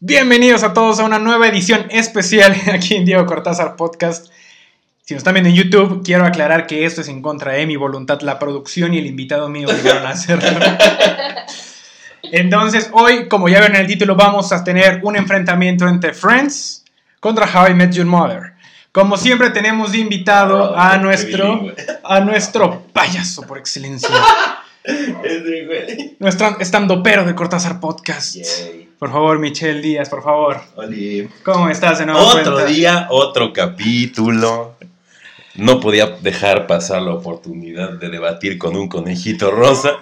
Bienvenidos a todos a una nueva edición especial aquí en Diego Cortázar Podcast. Si nos están viendo en YouTube, quiero aclarar que esto es en contra de mi voluntad. La producción y el invitado me obligaron a hacerlo. Entonces, hoy, como ya ven en el título, vamos a tener un enfrentamiento entre Friends contra How I Met Your Mother. Como siempre, tenemos de invitado a nuestro payaso por excelencia. Nuestro estandopero de Cortázar Podcast. Yay. Por favor, Michelle Díaz, por favor. Oli. ¿Cómo estás de nuevo? Otro día, otro capítulo. No podía dejar pasar la oportunidad de debatir con un conejito rosa.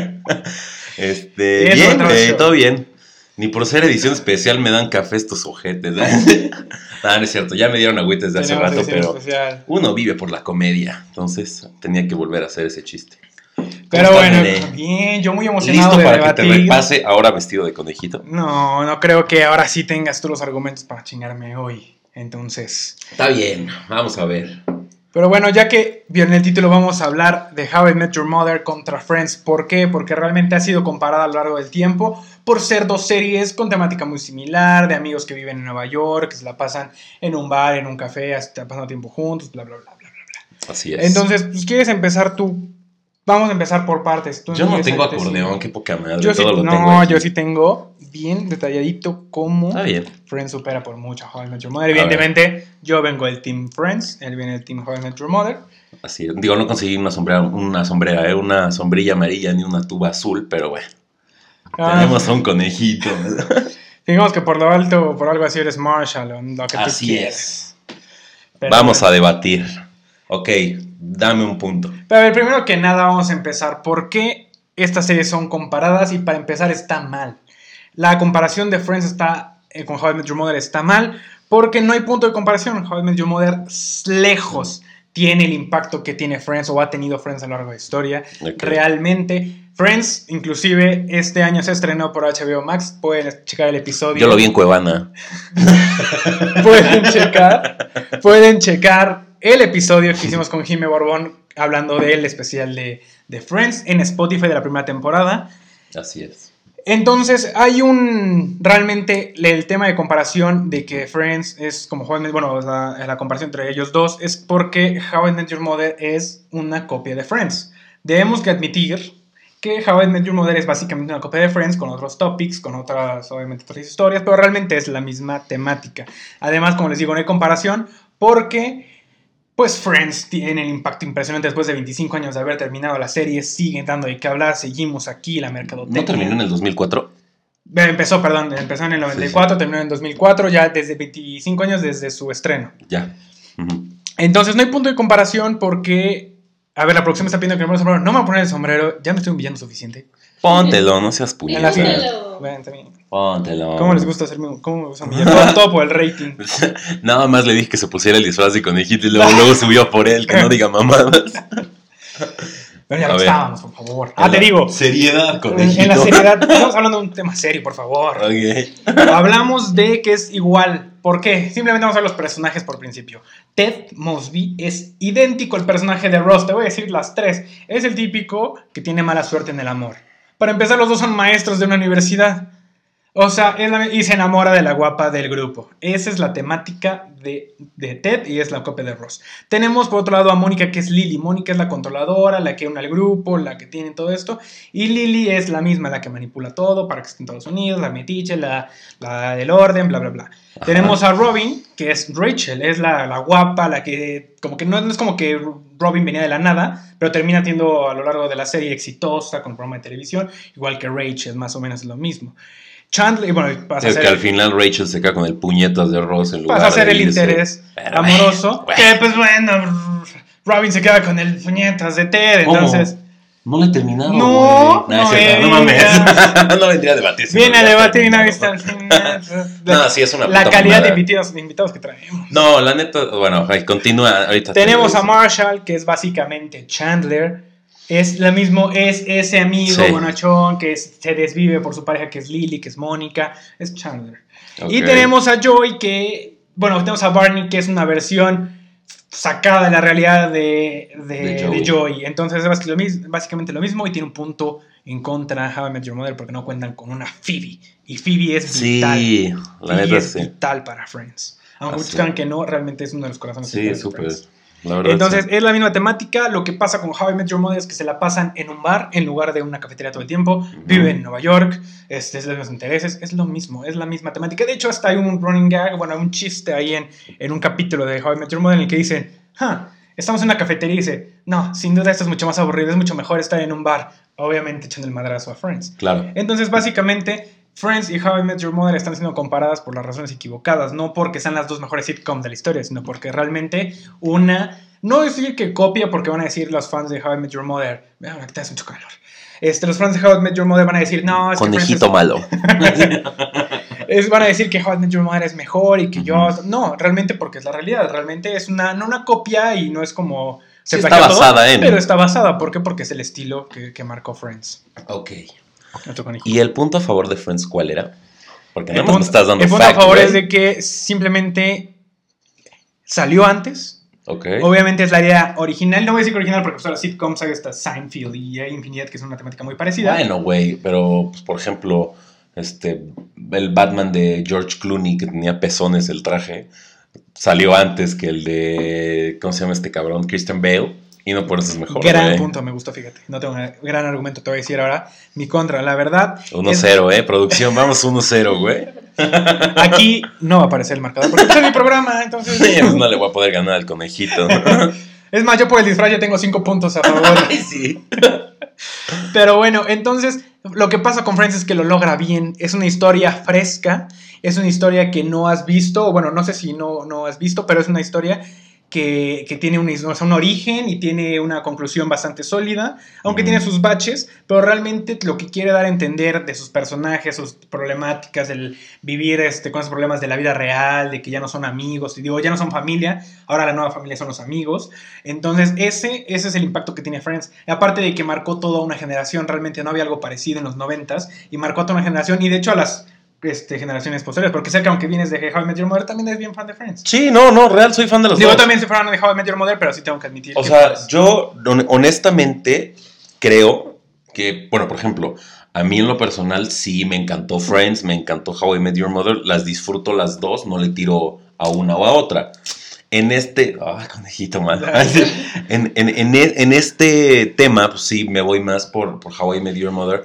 Bien, todo bien. Ni por ser edición especial me dan café estos ojetes. No, no es cierto, ya me dieron agüita desde hace rato, pero especial. Uno vive por la comedia, entonces tenía que volver a hacer ese chiste. Pero bueno, bien, yo muy emocionado. ¿Listo para debatir? Que te repase ahora vestido de conejito? No creo que ahora sí tengas tú los argumentos para chingarme hoy. Entonces... Está bien, vamos a ver. Pero bueno, ya que vieron el título, vamos a hablar de How I Met Your Mother contra Friends. ¿Por qué? Porque realmente ha sido comparada a lo largo del tiempo por ser dos series con temática muy similar, de amigos que viven en Nueva York, que se la pasan en un bar, en un café, hasta pasando tiempo juntos, bla, bla, bla, bla, bla. Así es. Entonces, pues, ¿quieres empezar tú? Vamos a empezar por partes. Yo no tengo acordeón, qué poca madre. Yo sí, yo sí tengo bien detalladito cómo Friends supera por mucho a How I Met Your Mother. Evidentemente, yo vengo del Team Friends, él viene del Team How I Met Your Mother. Así es. Digo, no conseguí una sombrilla amarilla ni una tuba azul, pero bueno. Tenemos a un conejito. Digamos que por lo alto, por algo así eres Marshall, o lo que así tú es. Vamos a debatir. Ok, dame un punto. Pero a ver, primero que nada vamos a empezar. ¿Por qué estas series son comparadas? Y para empezar está mal. La comparación de Friends con How I Met Your Mother está mal porque no hay punto de comparación. How I Met Your Mother lejos tiene el impacto que tiene Friends o ha tenido Friends a lo largo de la historia. Okay. Realmente Friends, inclusive este año se estrenó por HBO Max. Pueden checar el episodio. Yo lo vi en Cuevana. Pueden checar el episodio que hicimos con Jimmy Borbón hablando del especial de Friends en Spotify de la primera temporada. Así es. Entonces hay realmente el tema de comparación de que Friends es como la comparación entre ellos dos es porque How I Met Your Mother es una copia de Friends. Debemos que admitir que How I Met Your Mother es básicamente una copia de Friends con otros topics, con obviamente otras historias, pero realmente es la misma temática. Además, como les digo, no hay comparación porque pues Friends tiene el impacto impresionante después de 25 años de haber terminado la serie, siguen dando de qué hablar, seguimos aquí, la mercadotecnia. ¿No terminó en el 2004? Empezó en el 94, sí. Terminó en el 2004, ya desde 25 años desde su estreno. Ya. Uh-huh. Entonces no hay punto de comparación porque, a ver, la producción me está pidiendo que me ponga el sombrero, no me voy a poner el sombrero, ya me estoy humillando suficiente. Póntelo, no seas puñeta. Póntelo. ¿Cómo les gusta hacerme? ¿Cómo me gusta humillar? Todo por el rating. Nada más le dije que se pusiera el disfraz de conejito y luego subió por él, que no diga mamadas. Pero ya lo estábamos, por favor. Te digo. Seriedad, conejito. En la seriedad, estamos hablando de un tema serio, por favor. Okay. Hablamos de que es igual. ¿Por qué? Simplemente vamos a ver los personajes por principio. Ted Mosby es idéntico al personaje de Ross. Te voy a decir las tres. Es el típico que tiene mala suerte en el amor. Para empezar, los dos son maestros de una universidad. O sea, y se enamora de la guapa del grupo. Esa es la temática de Ted y es la copia de Ross. Tenemos por otro lado a Mónica, que es Lily. Mónica es la controladora, la que une al grupo, la que tiene todo esto. Y Lily es la misma, la que manipula todo para que esté en Estados Unidos, la metiche, la del orden, bla, bla, bla. Ajá. Tenemos a Robin, que es Rachel, es la guapa, la que como que no es como que Robin venía de la nada, pero termina siendo a lo largo de la serie exitosa con programa de televisión, igual que Rachel, más o menos es lo mismo. Chandler, es que al final Rachel se queda con el puñetas de Ross en lugar de pasa a ser el interés amoroso. Que pues bueno, Robin se queda con el puñetas de Ted, entonces. No le he terminado. No mames. No vendría a debatir. Viene a debatir y no ha visto al final. No, sí es una la calidad de invitados que traemos. No, la neta, bueno, continúa ahorita. Tenemos a Marshall, que es básicamente Chandler. Es lo mismo, es ese amigo bonachón que se desvive por su pareja, que es Lily, que es Mónica, es Chandler. Okay. Y tenemos a Joey, tenemos a Barney, que es una versión sacada de la realidad de Joey. Entonces es básicamente lo mismo y tiene un punto en contra de How I Met Your Mother porque no cuentan con una Phoebe. Y Phoebe es vital. Sí, la neta es vital para Friends. Aunque muchos crean que no, realmente es uno de los corazones. Sí, súper. Entonces, es la misma temática. Lo que pasa con How I Met Your Mother es que se la pasan en un bar en lugar de una cafetería todo el tiempo. Viven en Nueva York, es de los intereses. Es lo mismo, es la misma temática. De hecho, hasta hay un running gag, un chiste ahí en un capítulo de How I Met Your Mother en el que dicen, estamos en una cafetería y dice, no, sin duda esto es mucho más aburrido, es mucho mejor estar en un bar. Obviamente echando el madrazo a Friends. Claro. Entonces, básicamente, Friends y How I Met Your Mother están siendo comparadas por las razones equivocadas, no porque sean las dos mejores sitcoms de la historia, sino porque realmente no decir que copia, porque van a decir los fans de How I Met Your Mother, que te hace mucho calor. Los fans de How I Met Your Mother van a decir, no, es conejito que malo. Van a decir que How I Met Your Mother es mejor y que yo... No, realmente porque es la realidad, realmente es no una copia y no es como... Sí, está basada todo, pero está basada, ¿por qué? Porque es el estilo que marcó Friends. Ok. ¿Y el punto a favor de Friends cuál era? Porque no me estás dando el punto a favor es de que simplemente salió antes. Okay. Obviamente es la idea original. No voy a decir original porque pues, las sitcoms hay hasta Seinfeld y Infinidad, que es una temática muy parecida. Bueno, güey, pero pues, por ejemplo, el Batman de George Clooney que tenía pezones el traje salió antes que el de ¿cómo se llama este cabrón? Christian Bale. Y no por eso es mejor. Gran punto, me gustó, fíjate. No tengo un gran argumento, te voy a decir ahora. Mi contra, la verdad. 1-0, producción, vamos 1-0, güey. Aquí no va a aparecer el marcador porque este es mi programa, entonces. Sí, pues no le voy a poder ganar al conejito. Es más, yo por el disfraz ya tengo 5 puntos a favor. Sí. Pero bueno, entonces lo que pasa con Friends es que lo logra bien. Es una historia fresca, es una historia que no has visto. Bueno, no sé si no has visto, pero es una historia que tiene un origen y tiene una conclusión bastante sólida, aunque tiene sus baches, pero realmente lo que quiere dar a entender de sus personajes, sus problemáticas, el vivir con esos problemas de la vida real, de que ya no son amigos, y ya no son familia, ahora la nueva familia son los amigos. Entonces ese es el impacto que tiene Friends, aparte de que marcó toda una generación. Realmente no había algo parecido en los 90s, y marcó a toda una generación, y de hecho a las generaciones posteriores, porque sé que aunque vienes de How I Met Your Mother, también eres bien fan de Friends. Sí, no, real, soy fan de los dos. Yo también soy fan de How I Met Your Mother, pero sí tengo que admitir. O sea, yo honestamente creo que, bueno, por ejemplo, a mí en lo personal sí me encantó Friends, me encantó How I Met Your Mother, las disfruto las dos, no le tiro a una o a otra. Conejito mal. en este tema, pues sí, me voy más por How I Met Your Mother.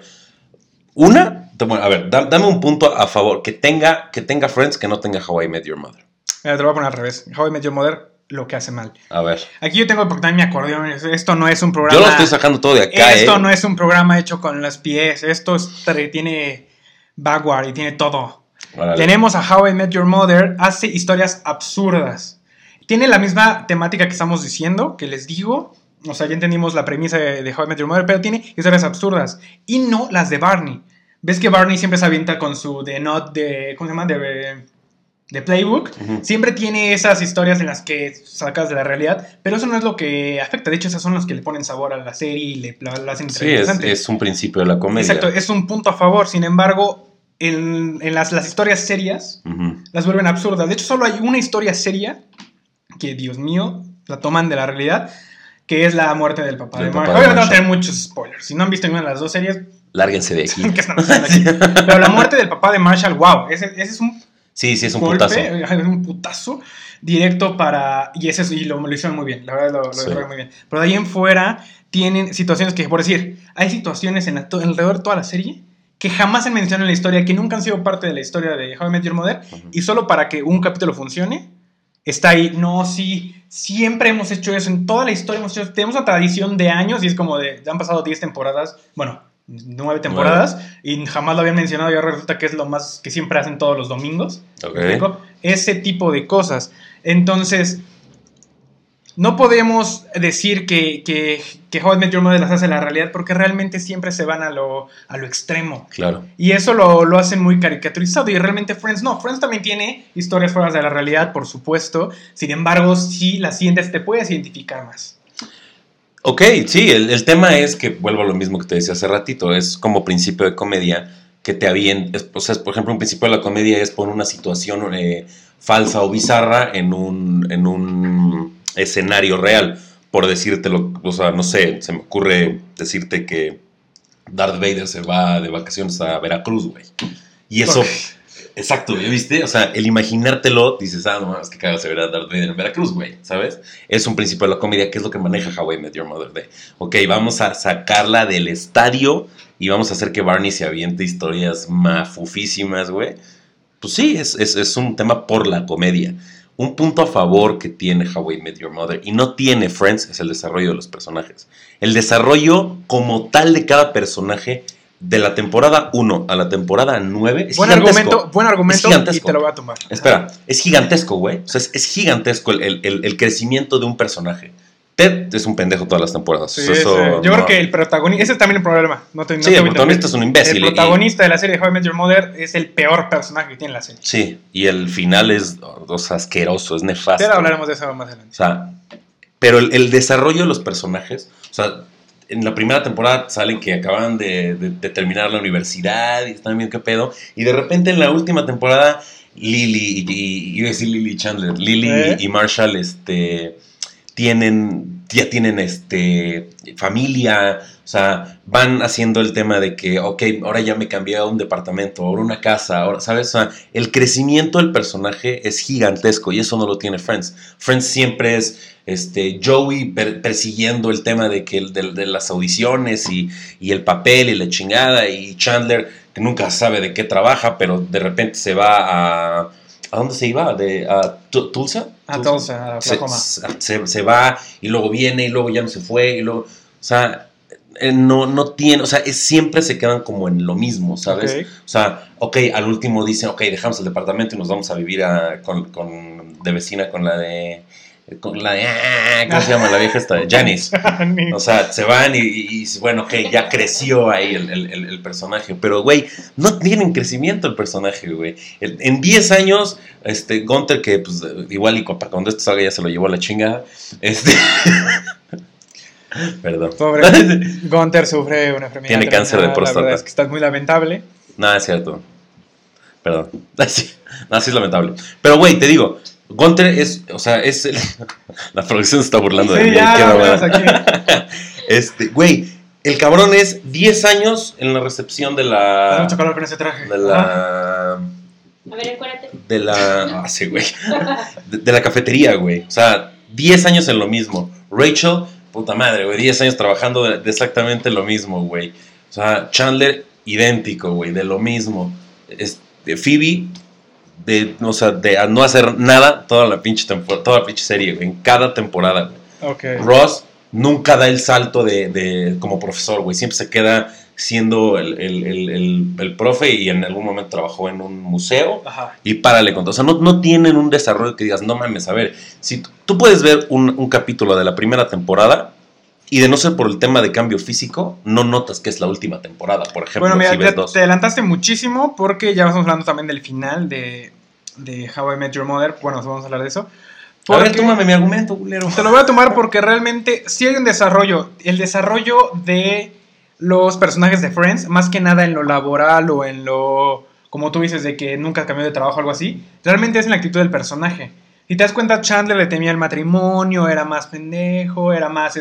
Bueno, a ver, dame un punto a favor. Que tenga Friends, que no tenga How I Met Your Mother. Mira, te lo voy a poner al revés. How I Met Your Mother, lo que hace mal. A ver. Aquí yo tengo, porque también mi acordeón. Esto no es un programa. Yo lo estoy sacando todo de acá. Esto no es un programa hecho con los pies. Esto tiene backward y tiene todo. Vale. Tenemos a How I Met Your Mother. Hace historias absurdas. Tiene la misma temática que estamos diciendo, que les digo. O sea, ya entendimos la premisa de How I Met Your Mother, pero tiene historias absurdas. Y no las de Barney. ¿Ves que Barney siempre se avienta con su ¿cómo se llama? De Playbook? Uh-huh. Siempre tiene esas historias en las que sacas de la realidad, pero eso no es lo que afecta. De hecho, esas son las que le ponen sabor a la serie y lo hacen interesante. Sí, es un principio de la comedia. Exacto, es un punto a favor. Sin embargo, en las historias serias, uh-huh, las vuelven absurdas. De hecho, solo hay una historia seria que, Dios mío, la toman de la realidad, que es la muerte del papá de Marshall. Obviamente no tener muchos spoilers. Si no han visto ninguna de las dos series, lárguense de aquí. Pero la muerte del papá de Marshall, wow, ese es un... Sí, es un golpe, putazo. Es un putazo directo para... Y lo hicieron muy bien, la verdad lo hicieron muy bien. Pero de ahí en fuera tienen situaciones que, por decir, hay situaciones alrededor de toda la serie que jamás se mencionan en la historia, que nunca han sido parte de la historia de How I Met Your Mother, uh-huh, y solo para que un capítulo funcione, está ahí. No, sí, siempre hemos hecho eso. En toda la historia tenemos una tradición de años y es como ya han pasado 10 temporadas, bueno, 9 temporadas, y jamás lo habían mencionado y ahora resulta que es lo más que siempre hacen todos los domingos. Okay. Ese tipo de cosas. Entonces, no podemos decir que How I Met Your Mother las hace la realidad, porque realmente siempre se van a lo extremo. Claro. Y eso lo hacen muy caricaturizado. Y realmente Friends no. Friends también tiene historias fuera de la realidad, por supuesto. Sin embargo, si las sientes, te puedes identificar más. Ok, sí, el tema es que, vuelvo a lo mismo que te decía hace ratito, es como principio de comedia que te avienta, o sea, por ejemplo, un principio de la comedia es poner una situación falsa o bizarra en un escenario real. Por decírtelo, o sea, no sé, se me ocurre decirte que Darth Vader se va de vacaciones a Veracruz, güey. Y eso, exacto, ¿viste? O sea, el imaginártelo, dices, no, es que cagas se verá a Darth Vader en Veracruz, güey, ¿sabes? Es un principio de la comedia, que es lo que maneja How I Met Your Mother. Ok, vamos a sacarla del estadio y vamos a hacer que Barney se aviente historias mafufísimas, güey. Pues sí, es un tema por la comedia. Un punto a favor que tiene How I Met Your Mother y no tiene Friends es el desarrollo de los personajes. El desarrollo como tal de cada personaje de la temporada 1 a la temporada 9 es gigantesco. Buen argumento y te lo voy a tomar. Espera, es gigantesco, güey. O sea, es gigantesco el crecimiento de un personaje. Ted es un pendejo todas las temporadas. Sí, yo creo que el protagonista... Ese es también el problema. Sí, el protagonista es un imbécil. El protagonista de la serie de How I Met Your Mother es el peor personaje que tiene la serie. Sí, y el final es asqueroso, es nefasto. Pero hablaremos de eso más adelante. O sea, pero el desarrollo de los personajes... O sea, en la primera temporada salen que acaban de terminar la universidad y están viendo qué pedo. Y de repente en la última temporada, Lily iba a decir Lily Chandler, Lily y Marshall, ya tienen familia, o sea, van haciendo el tema de que, ok, ahora ya me cambié a un departamento, ahora una casa, ahora, ¿sabes? O sea, el crecimiento del personaje es gigantesco y eso no lo tiene Friends. Friends siempre es Joey persiguiendo el tema de las audiciones y el papel y la chingada, y Chandler que nunca sabe de qué trabaja, pero de repente se va a... ¿A dónde se iba? ¿A Tulsa? A Tulsa, a Oklahoma. Se va y luego viene y luego ya no se fue y luego... O sea, no tiene... O sea, siempre se quedan como en lo mismo, ¿sabes? Okay. O sea, ok, al último dicen, ok, dejamos el departamento y nos vamos a vivir de vecina con la de... ¿cómo se llama la vieja esta? Janice. O sea, se van y bueno, ok, ya creció ahí el personaje. Pero, güey, no tienen crecimiento el personaje, güey. En 10 años, Gunther, que pues igual y cuando esto salga ya se lo llevó a la chingada. Perdón. Pobre Gunther sufre una enfermedad. Tiene cáncer de próstata. La verdad es que está muy lamentable. No, es cierto. Perdón. Sí es lamentable. Pero, güey, te digo, Gunther es la producción se está burlando de mí. Güey, el cabrón es 10 años en la recepción de la... Hace mucho calor con ese traje. De la... A ver, acuérdate. De la... sí, güey. De la cafetería, güey. O sea, 10 años en lo mismo. Rachel, puta madre, güey, 10 años trabajando de exactamente lo mismo, güey. O sea, Chandler, idéntico, güey, de lo mismo. Phoebe... de no hacer nada toda la pinche serie, güey, en cada temporada, güey. Okay. Ross nunca da el salto de como profesor, güey. Siempre se queda siendo el profe y en algún momento trabajó en un museo. Ajá. Y párale con todo. O sea, no tienen un desarrollo que digas, no mames, a ver, si tú puedes ver un capítulo de la primera temporada y de no ser por el tema de cambio físico, no notas que es la última temporada, por ejemplo. Bueno, mira, si ves dos. Te adelantaste muchísimo porque ya estamos hablando también del final de How I Met Your Mother. Bueno, vamos a hablar de eso. A ver, tómame mi argumento, culero. Te lo voy a tomar porque realmente sí hay un desarrollo. El desarrollo de los personajes de Friends, más que nada en lo laboral o en lo, como tú dices, de que nunca cambió de trabajo o algo así, realmente es en la actitud del personaje. Si te das cuenta, Chandler le temía el matrimonio, era más pendejo, era más,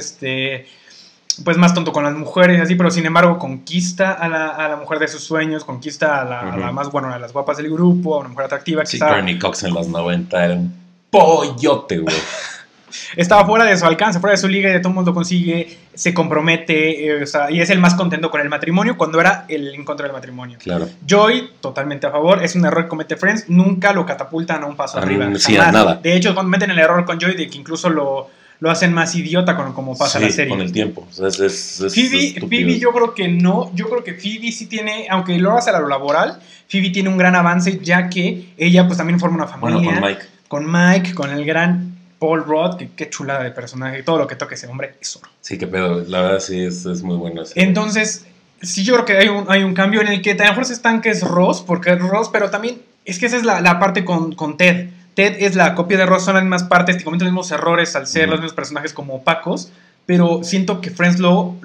pues más tonto con las mujeres, así, pero sin embargo conquista a la mujer de sus sueños, conquista a la más, bueno, a las guapas del grupo, a una mujer atractiva. Que sí, Courtney Cox en los 90 era un pollote, güey. Estaba fuera de su alcance, fuera de su liga y de todo el mundo consigue, se compromete, y es el más contento con el matrimonio cuando era el en contra del matrimonio. Claro. Joy, totalmente a favor, es un error que comete Friends, nunca lo catapultan a un paso arriba. Sí, nada. De hecho, cometen el error con Joy de que incluso lo hacen más idiota como pasa la serie. Con el tiempo. O sea, Phoebe yo creo que no. Yo creo que Phoebe sí tiene, aunque lo hace a lo laboral, Phoebe tiene un gran avance ya que ella pues también forma una familia. Bueno, con Mike, con el gran Paul Rudd, que qué chulada de personaje. Todo lo que toque ese hombre es oro. Sí, qué pedo. La verdad sí es muy bueno. Entonces, sí yo creo que hay un cambio en el que a lo mejor se estanque es Ross, porque es Ross, pero también es que esa es la parte con Ted. Ted es la copia de Ross, son las mismas partes, que cometen los mismos errores al ser los mismos personajes como opacos, pero siento que Friends lo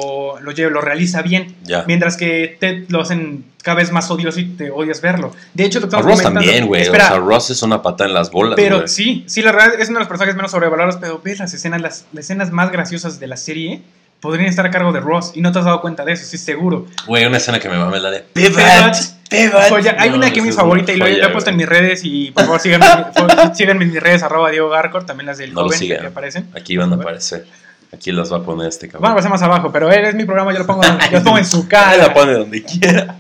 realiza bien. Ya. Mientras que Ted lo hacen cada vez más odioso y te odias verlo. De hecho, a Ross también, güey. O sea, Ross es una patada en las bolas, pero güey. sí, la verdad es uno de los personajes menos sobrevalorados, pero ves las escenas más graciosas de la serie podrían estar a cargo de Ross y no te has dado cuenta de eso, sí, seguro. Güey, una escena que me mame, la de Pivot. Joya. Hay una que es mi favorita y lo he puesto en mis redes y por favor síganme en mis redes @DiegoGarcor, también las del joven que aparecen. Aquí van a aparecer. Aquí las va a poner este cabrón. Bueno, pues más abajo, pero es mi programa, yo lo pongo en su cara. La pone donde quiera.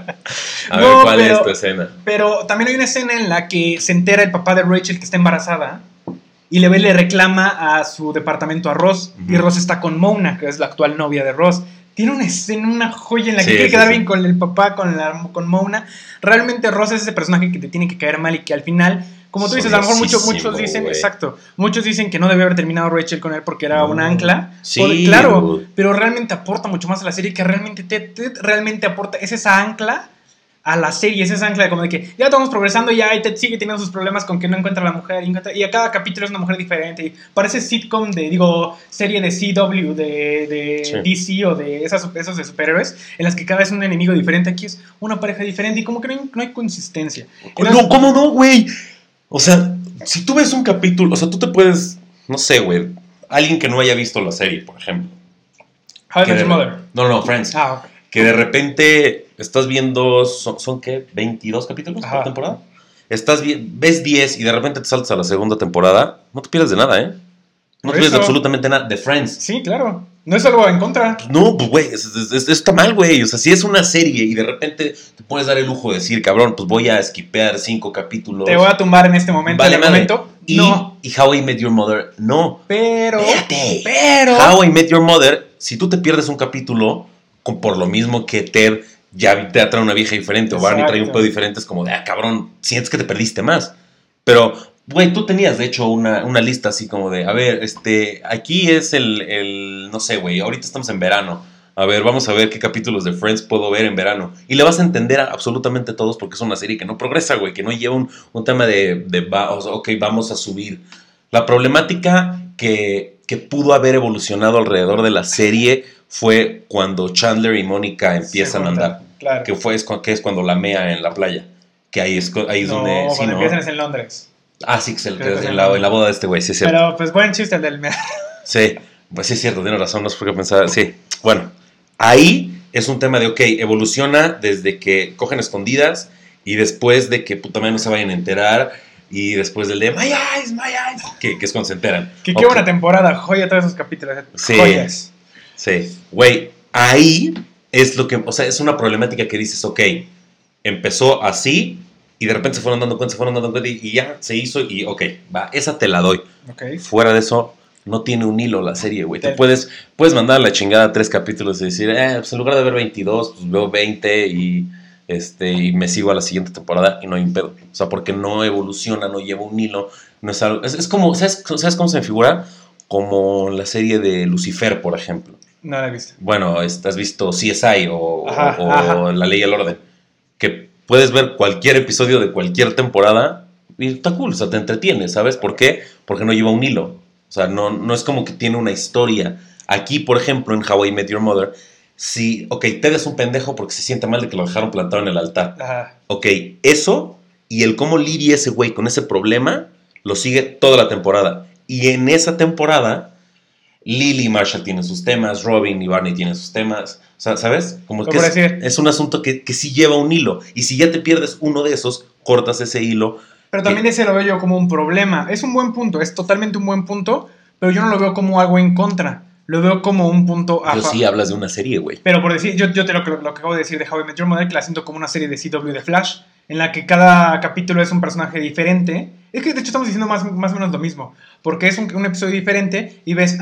A ver, ¿cuál es tu escena? Pero también hay una escena en la que se entera el papá de Rachel que está embarazada y le reclama a su departamento a Ross. Uh-huh. Y Ross está con Mona, que es la actual novia de Ross. Tiene una escena, una joya en la que quiere quedar bien con el papá, con Mona. Realmente Ross es ese personaje que te tiene que caer mal y que al final, como tú dices, a lo mejor muchos dicen, wey. Exacto, muchos dicen que no debe haber terminado Rachel con él porque era un ancla. Sí, claro, pero realmente aporta mucho más a la serie, que realmente Ted realmente aporta, es esa ancla a la serie, es esa ancla de como de que ya estamos progresando ya y Ted sigue teniendo sus problemas con que no encuentra a la mujer y a cada capítulo es una mujer diferente y parece sitcom serie de CW de DC o de esos de superhéroes en las que cada vez es un enemigo diferente. Aquí es una pareja diferente y como que no hay consistencia. No, ¿cómo no, güey? O sea, si tú ves un capítulo, o sea, tú te puedes, no sé, güey, alguien que no haya visto la serie, por ejemplo. How I Met Your Mother. No, Friends. Ok. Que de repente estás viendo, ¿son qué? ¿22 capítulos por temporada? Ves 10 y de repente te saltas a la segunda temporada, no te pierdes de nada, ¿eh? No te pierdes de absolutamente nada. De Friends. Sí, claro. No es algo en contra. No, pues, güey, está mal, güey. O sea, si es una serie y de repente te puedes dar el lujo de decir, cabrón, pues voy a skipear 5 capítulos. Te voy a tumbar en este momento. Vale, momento. Y How I Met Your Mother, no. Pero. How I Met Your Mother, si tú te pierdes un capítulo, por lo mismo que Ted ya te trae una vieja diferente, o Barney trae un pedo diferente, es como de, cabrón, sientes que te perdiste más. Pero, güey, tú tenías de hecho una lista así como de, a ver, aquí es el no sé, güey, ahorita estamos en verano. A ver, vamos a ver qué capítulos de Friends puedo ver en verano. Y le vas a entender a absolutamente todos porque es una serie que no progresa, güey, que no lleva un tema ok, vamos a subir. La problemática que pudo haber evolucionado alrededor de la serie fue cuando Chandler y Mónica empiezan a andar. Claro. Que es cuando la mea en la playa. Que ahí es donde... cuando empiezan es en Londres. Sí, que es en la boda de este güey, sí es cierto. Pero pues buen chiste el del mea. Sí, pues sí es cierto, tiene razón, no sé por qué pensar. Sí, bueno, ahí es un tema de, ok, evoluciona desde que cogen escondidas y después de que puta madre no se vayan a enterar y después del de My Eyes, que es cuando se enteran. Qué buena temporada, joya todos esos capítulos. Sí. Joyas. Sí, güey, ahí es lo que, o sea, es una problemática que dices, ok, empezó así y de repente se fueron dando cuenta y ya se hizo y ok, va, esa te la doy. Okay. Fuera de eso, no tiene un hilo la serie, güey. Te puedes mandar a la chingada 3 capítulos y decir, pues en lugar de ver 22, pues veo 20 y me sigo a la siguiente temporada y no hay un pedo. O sea, porque no evoluciona, no lleva un hilo, no es algo, es como, ¿sabes cómo se me figura? Como la serie de Lucifer, por ejemplo. No la he visto. Bueno, has visto CSI o La Ley y el Orden. Que puedes ver cualquier episodio de cualquier temporada y está cool, o sea, te entretiene, ¿sabes? ¿Por qué? Porque no lleva un hilo. O sea, no es como que tiene una historia. Aquí, por ejemplo, en How I Met Your Mother, Ted es un pendejo porque se siente mal de que lo dejaron plantado en el altar. Ajá. Ok, eso y el cómo lidia ese güey con ese problema lo sigue toda la temporada. Y en esa temporada, Lily y Marshall tienen sus temas, Robin y Barney tienen sus temas. O sea, ¿sabes? Como que es un asunto que sí lleva un hilo. Y si ya te pierdes uno de esos, cortas ese hilo. Pero también ese lo veo yo como un problema. Es un buen punto, es totalmente un buen punto, pero yo no lo veo como algo en contra. Lo veo como un punto a favor. Sí hablas de una serie, güey. Pero por decir, yo te lo que acabo de decir de How I Met Your Mother, que la siento como una serie de CW de Flash, en la que cada capítulo es un personaje diferente. Es que de hecho estamos diciendo más o menos lo mismo, porque es un episodio diferente y ves,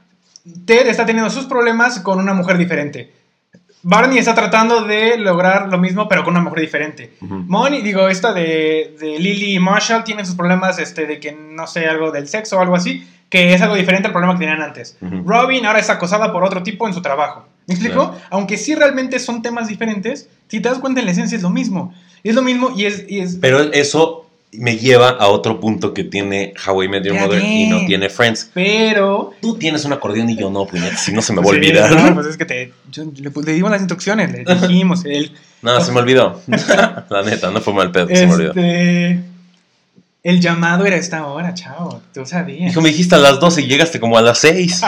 Ted está teniendo sus problemas con una mujer diferente. Barney está tratando de lograr lo mismo, pero con una mujer diferente. Uh-huh. Esta de Lily y Marshall tienen sus problemas de que, no sé, algo del sexo o algo así, que es algo diferente al problema que tenían antes. Uh-huh. Robin ahora es acosada por otro tipo en su trabajo. ¿Me explico? Yeah. Aunque sí realmente son temas diferentes, si te das cuenta en la esencia es lo mismo. Es lo mismo y es... Pero eso me lleva a otro punto que tiene How I Met Your Mother y no tiene Friends. Pero tú tienes un acordeón y yo no, puñet, si no se me va a olvidar. No, pues es que le dimos las instrucciones, le dijimos. No, se me olvidó. La neta, no fue mal pedo, se me olvidó. El llamado era a esta hora, chao. Tú sabías. Hijo, me dijiste a las 12 y llegaste como a las 6.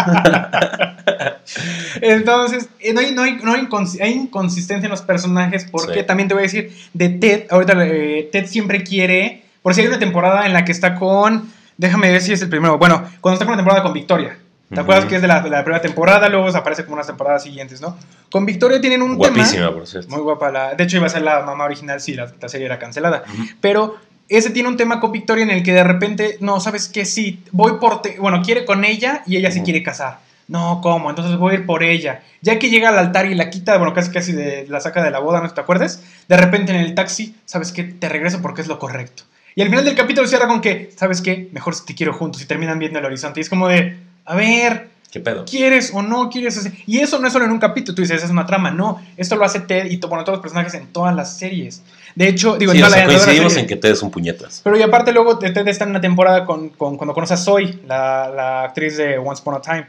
Entonces, hay inconsistencia en los personajes porque también te voy a decir, de Ted, ahorita Ted siempre quiere, por si hay una temporada en la que está con, déjame ver si es el primero, bueno, cuando está con la temporada con Victoria, ¿te acuerdas que es de la primera temporada? Luego se aparece como unas temporadas siguientes, ¿no? Con Victoria tienen un guapísima, tema, por cierto. muy guapa, de hecho iba a ser la mamá original si la serie era cancelada, pero ese tiene un tema con Victoria en el que de repente, no, ¿sabes qué? Sí, quiere con ella y ella sí quiere casar. No, ¿cómo? Entonces voy a ir por ella. Ya que llega al altar y la quita, casi la saca de la boda, ¿no te acuerdas? De repente en el taxi, ¿sabes qué? Te regreso porque es lo correcto. Y al final del capítulo cierra con que, ¿sabes qué? Mejor si te quiero juntos y terminan viendo el horizonte. Y es como de, a ver, ¿qué pedo? ¿Quieres o no quieres? Y eso no es solo en un capítulo, tú dices, esa es una trama. No, esto lo hace Ted y todos los personajes en todas las series. De hecho, sí, coincidimos en que Ted es un puñetas. Pero y aparte luego Ted está en una temporada cuando conoce a Zoe, la actriz de Once Upon a Time.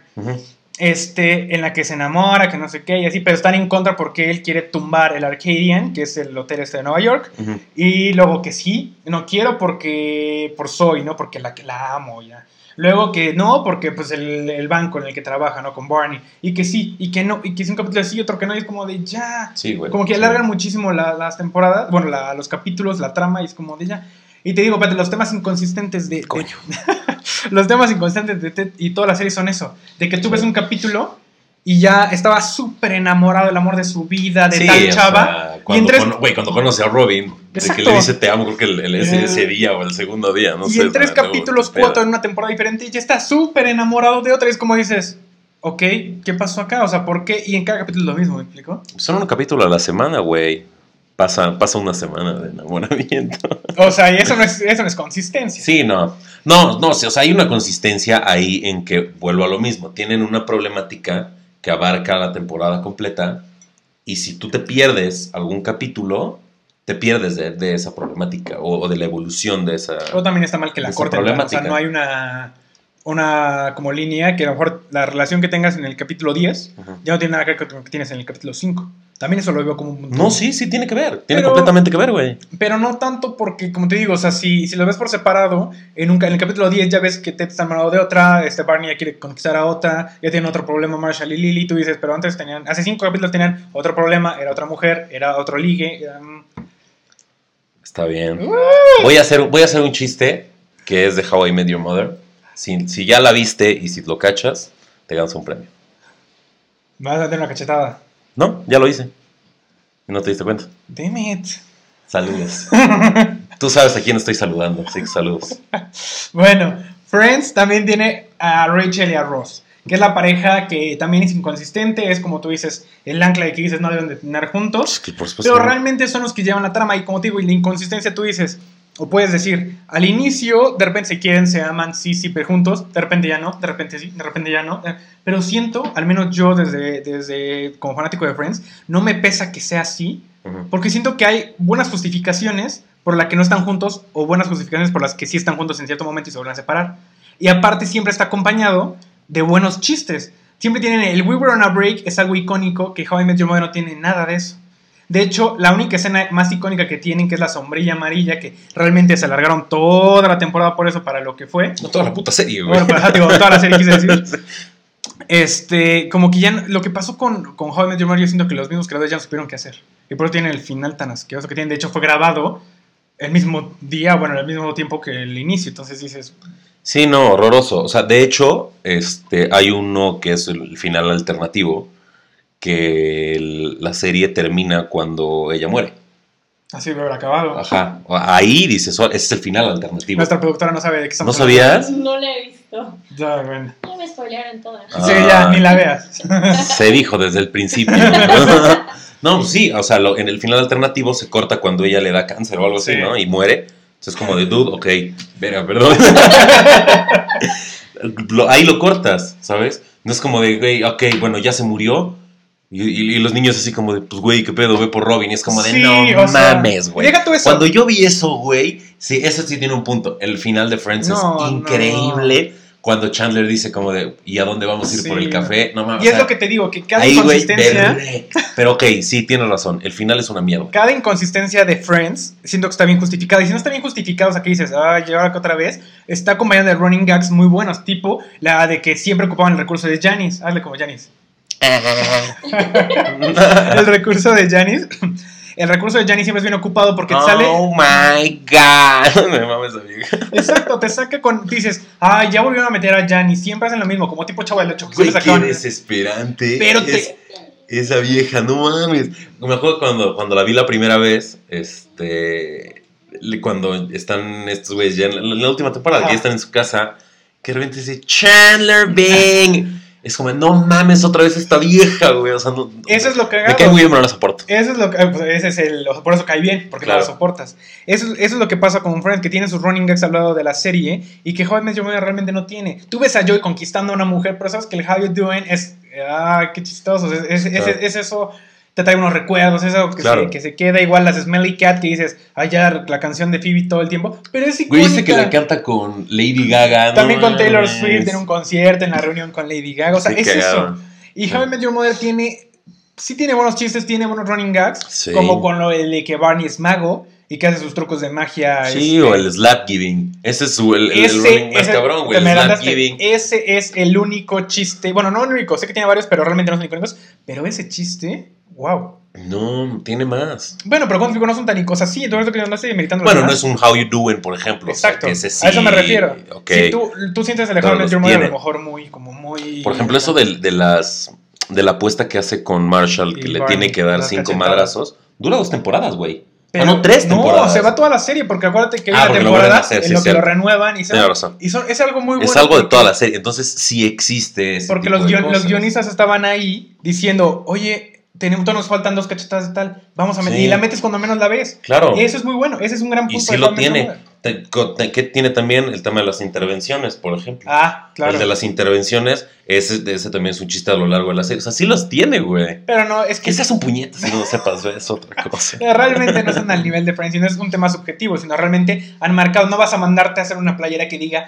En la que se enamora, que no sé qué, y así, pero están en contra porque él quiere tumbar el Arcadian, que es el hotel de Nueva York, y luego que sí, no quiero por Zoe, ¿no? Porque la amo ya. Luego que no, porque pues el banco en el que trabaja, ¿no? Con Barney. Y que sí, y que no, y que es un capítulo así, otro que no, y es como de ya. Sí, güey. Como que alargan muchísimo las temporadas, los capítulos, la trama, y es como de ya. Y te digo, los temas inconsistentes de... Coño. Los temas inconsistentes de Ted y toda la serie son eso. De que tú ves un capítulo y ya estaba súper enamorado del amor de su vida, de tal chava. Cuando conoce a Robin, de que le dice te amo, creo que ese día o el segundo día, no sé. Y en 3 capítulos, 4 en una temporada diferente, y ya está súper enamorado de otra. Y es como dices, ok, ¿qué pasó acá? O sea, ¿por qué? Y en cada capítulo es lo mismo, ¿me explico? Son un capítulo a la semana, güey. Pasa una semana de enamoramiento. O sea, y eso no es consistencia. Sí, no, o sea, hay una consistencia ahí en que, vuelvo a lo mismo, tienen una problemática que abarca la temporada completa y si tú te pierdes algún capítulo, te pierdes de esa problemática o de la evolución de esa problemática. O también está mal que la corten, o sea, no hay una como línea que a lo mejor la relación que tengas en el capítulo 10 ya no tiene nada que ver con lo que tienes en el capítulo 5. También eso lo veo como un... No, sí tiene que ver. Tiene completamente que ver, güey. Pero no tanto porque, como te digo, o sea, si lo ves por separado, en el capítulo 10 ya ves que Ted está enamorado de otra, Barney ya quiere conquistar a otra, ya tiene otro problema Marshall y Lily, tú dices, pero antes hace 5 capítulos tenían otro problema, era otra mujer, era otro ligue. Está bien. Voy a hacer un chiste que es de How I Met Your Mother. Si ya la viste y si lo cachas, te ganas un premio. ¿Me vas a dar una cachetada? No, ya lo hice. ¿Y no te diste cuenta? Damn it. Saludos. Tú sabes a quién estoy saludando, así que saludos. Bueno, Friends también tiene a Rachel y a Ross, que es la pareja que también es inconsistente, es como tú dices, el ancla de que dices no deben de tener juntos, que por pero realmente son los que llevan la trama, y como te digo, y la inconsistencia tú dices, o puedes decir, al inicio de repente se quieren, se aman, sí, pero juntos, de repente ya no, de repente sí, de repente ya no, pero siento, al menos yo desde como fanático de Friends, no me pesa que sea así, porque siento que hay buenas justificaciones por las que no están juntos, o buenas justificaciones por las que sí están juntos en cierto momento y se vuelven a separar, y aparte siempre está acompañado de buenos chistes, siempre tienen el We Were on a Break, es algo icónico, que How I Met Your Mother no tiene nada de eso. De hecho, la única escena más icónica que tienen, que es la sombrilla amarilla, que realmente se alargaron toda la temporada por eso, para lo que fue. No toda la puta serie, güey. Bueno, toda la serie quise decir. Como que ya lo que pasó con How I Met Your Mother, yo siento que los mismos creadores ya no supieron qué hacer. Y por eso tienen el final tan asqueroso que tienen. De hecho, fue grabado el mismo día, al mismo tiempo que el inicio. Entonces dices... Sí, no, horroroso. O sea, de hecho, hay uno que es el final alternativo, que la serie termina cuando ella muere. Así debe haber acabado. Ajá. Ahí dices, ese es el final alternativo. Nuestra productora no sabe de qué estamos hablando. ¿No sabías? No la he visto. Ya, bueno. Ya me spoilearon todas. Sí, ya, ni la veas. Se dijo desde el principio. No, pues sí, o sea, en el final alternativo se corta cuando ella le da cáncer o algo así, ¿no? Y muere. Entonces es como de, dude, ok, verga, perdón. Ahí lo cortas, ¿sabes? No es como de, güey, ok, bueno, ya se murió. Y los niños así como de, pues, güey, ¿qué pedo? Ve por Robin. Y es como de, no mames, güey. Deja tú eso. Cuando yo vi eso, güey, Sí, eso sí tiene un punto. El final de Friends es increíble. No. Cuando Chandler dice como de, ¿y a dónde vamos a ir por el café? No mames. Y es lo que te digo, que cada inconsistencia... Pero ok, sí, tienes razón. El final es una mierda. Cada inconsistencia de Friends, siento que está bien justificada. Y si no está bien justificada, o sea, que dices, ahora que otra vez, está acompañada de running gags muy buenos. Tipo, la de que siempre ocupaban el recurso de Janice. Hazle como Janice. El recurso de Janice... El recurso de Janice siempre es bien ocupado porque te sale... ¡Oh, my God! Me mames esa vieja. Exacto, te saca con... Dices, ya volvieron a meter a Janice. Siempre hacen lo mismo, como tipo Chavo del Ocho. Güey, qué desesperante. Pero esa vieja, no mames. Me acuerdo cuando la vi la primera vez, cuando están estos güeyes ya en la última temporada, que ya están en su casa, que de repente dice, Chandler Bing... Es como, no mames, otra vez esta vieja, güey. O sea, no, eso es lo que me cae muy bien, pero no la soporto. Eso es lo que. Por eso cae bien, porque no la soportas. Eso es lo que pasa con Friends, que tiene sus running gags al lado de la serie y que How I Met Your Mother realmente no tiene. Tú ves a Joey conquistando a una mujer, pero sabes que el How You Doing es. Qué chistoso. Es eso. Te trae unos recuerdos, eso que se queda igual las Smelly Cat que dices, ya la canción de Phoebe todo el tiempo, pero es icónica. Güey, dice que la canta con Lady Gaga. También con Taylor Swift en un concierto, en la reunión con Lady Gaga, o sea, es eso. Y How I Met Your Mother tiene buenos chistes, tiene buenos running gags, como con lo de que Barney es mago y que hace sus trucos de magia. Sí, o el slap giving. Ese es el running más cabrón, güey. El slap giving. Ese es el único chiste. Bueno, no el único, sé que tiene varios, pero realmente no son icónicos. Pero ese chiste, wow. No, tiene más. Bueno, pero contigo no son tan icónicos así, entonces que no estoy meditando. Bueno, no es un How You Doing, por ejemplo. Exacto, o sea, a eso me refiero. Okay. Si tú sientes el How I Met Your Mother a lo mejor muy... Por ejemplo, eso de la apuesta que hace con Marshall, que le tiene que dar 5 madrazos, dura 2 temporadas, güey. Pero no, 3 temporadas. No, se va toda la serie, porque acuérdate que hay una temporada en lo que lo renuevan y es algo muy bueno. Es algo de toda la serie, entonces sí existe ese porque tipo los guionistas estaban ahí diciendo, oye, nos faltan 2 cachetadas de tal, vamos a meter, y la metes cuando menos la ves. Claro. Eso es muy bueno, ese es un gran punto. Y sí lo tiene. Que tiene también el tema de las intervenciones, por ejemplo. Claro. El de las intervenciones, ese también es un chiste a lo largo de la serie. O sea, sí los tiene, güey. Pero no, es que... Esas son puñetas, si no lo sepas, güey, es otra cosa. Realmente no están al nivel de Friends, y no es un tema subjetivo, sino realmente han marcado. No vas a mandarte a hacer una playera que diga,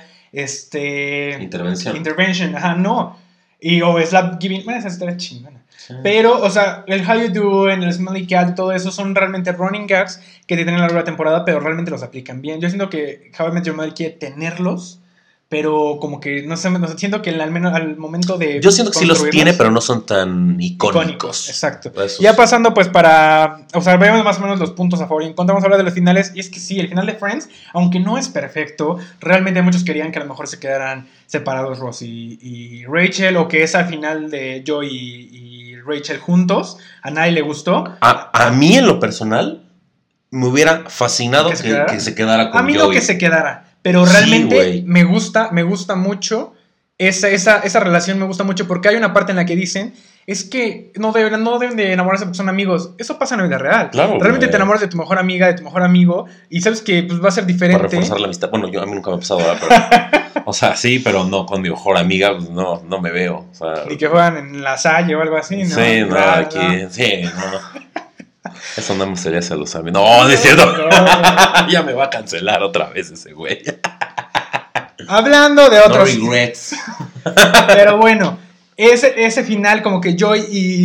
Intervention, no. O Slap Giving, bueno, esa estaría chingona. Pero, o sea, el How You Do, el Smelly Cat y todo eso son realmente running gags que te tienen a lo largo de la temporada, pero realmente los aplican bien. Yo siento que How I Met Your Mother quiere tenerlos, pero como que no sé, siento que al menos al momento de... Yo siento que sí los tiene, pero no son tan icónicos. Exacto. Ya pasando pues o sea, veamos más o menos los puntos a favor y en contra. Vamos a hablar de los finales. Y es que sí, el final de Friends, aunque no es perfecto, realmente muchos querían que a lo mejor se quedaran separados Ross y Rachel, o que es al final de Joey y Rachel juntos. A nadie le gustó. A mí en lo personal me hubiera fascinado que se quedara con Joey. A mí no que se quedara. Pero realmente me gusta mucho esa relación, me gusta mucho porque hay una parte en la que dicen, es que no deben de enamorarse porque son amigos. Eso pasa en la vida real. Claro, realmente te enamoras de tu mejor amiga, de tu mejor amigo, y sabes que pues, va a ser diferente. Para reforzar la amistad. Bueno, a mí nunca me ha pasado, pero... O sea, sí, pero no con mi mejor amiga, pues no me veo. O sea, ni que juegan en la Salle o algo así, ¿no? Sí, aquí, sí, no. Eso nada más sería celosa. No, es cierto. No. Ya me va a cancelar otra vez ese güey. Hablando de otros... No regrets. Pero bueno, ese final como que Joy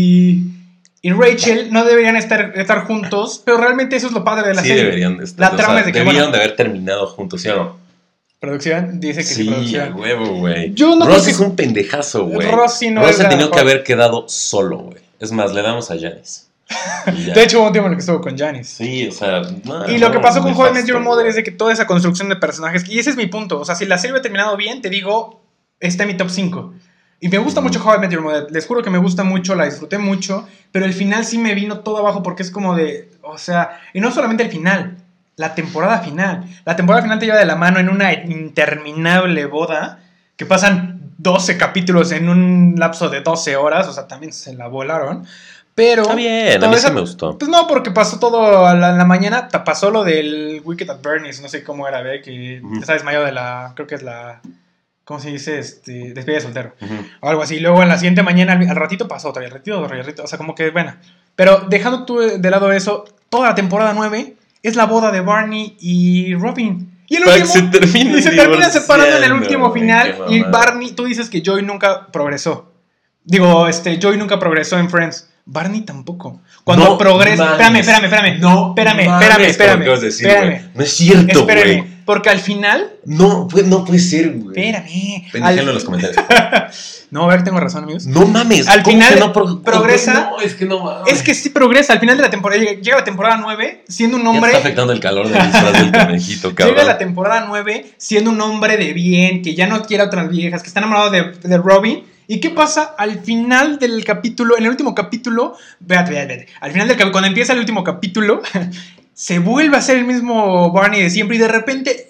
y Rachel no deberían estar juntos, pero realmente eso es lo padre de la serie. Sí deberían de estar. La trama es de que debieron de haber terminado juntos, ¿sí o no? ¿Producción? Dice que sí, producción. Huevo, güey. Ross es un pendejazo, güey. Ross se tenía que haber quedado solo, güey. Es más, le damos a Janice. De hecho, hubo un tiempo en el que estuvo con Janice. Sí, o sea... y lo que pasó con How I Met Your Mother es de que toda esa construcción de personajes... Y ese es mi punto. O sea, si la serie hubiera terminado bien, te digo, está en mi top 5. Y me gusta mucho How I Met Your Mother. Les juro que me gusta mucho, la disfruté mucho. Pero el final sí me vino todo abajo porque es como de... O sea, y no solamente el final... La temporada final. La temporada final te lleva de la mano en una interminable boda que pasan 12 capítulos en un lapso de 12 horas. O sea, también se la volaron. Pero... Está bien, a mí sí me gustó. Pues no, porque pasó todo a la mañana. Pasó lo del Wicked at Bernie's. No sé cómo era, que está desmayado de la... Creo que es la... ¿Cómo se dice? Despedida de soltero. O algo así. Luego en la siguiente mañana, al ratito pasó todavía. O sea, como que, bueno. Pero dejando tú de lado eso, toda la temporada 9... es la boda de Barney y Robin. Y el Para último, que se terminan separando en el último güey, final. Y Barney, tú dices que Joey nunca progresó. Digo, Joey nunca progresó en Friends. Barney tampoco. Cuando no progresa. Mames. Espérame. No, Espérame. No es cierto, güey. Porque al final. No puede ser, güey. Espérame. Déjenlo en los comentarios. No, a ver, tengo razón, amigos. No mames. Al final progresa. No, es que no mames. Es que sí progresa. Al final de la temporada. Llega la temporada 9 siendo un hombre. Ya está afectando el calor del disfraz del conejito, cabrón. Llega la temporada 9 siendo un hombre de bien, que ya no quiere a otras viejas, que está enamorado de Robin. ¿Y qué pasa al final del capítulo? En el último capítulo. Véate. Al final del capítulo, cuando empieza el último capítulo. Se vuelve a ser el mismo Barney de siempre. Y de repente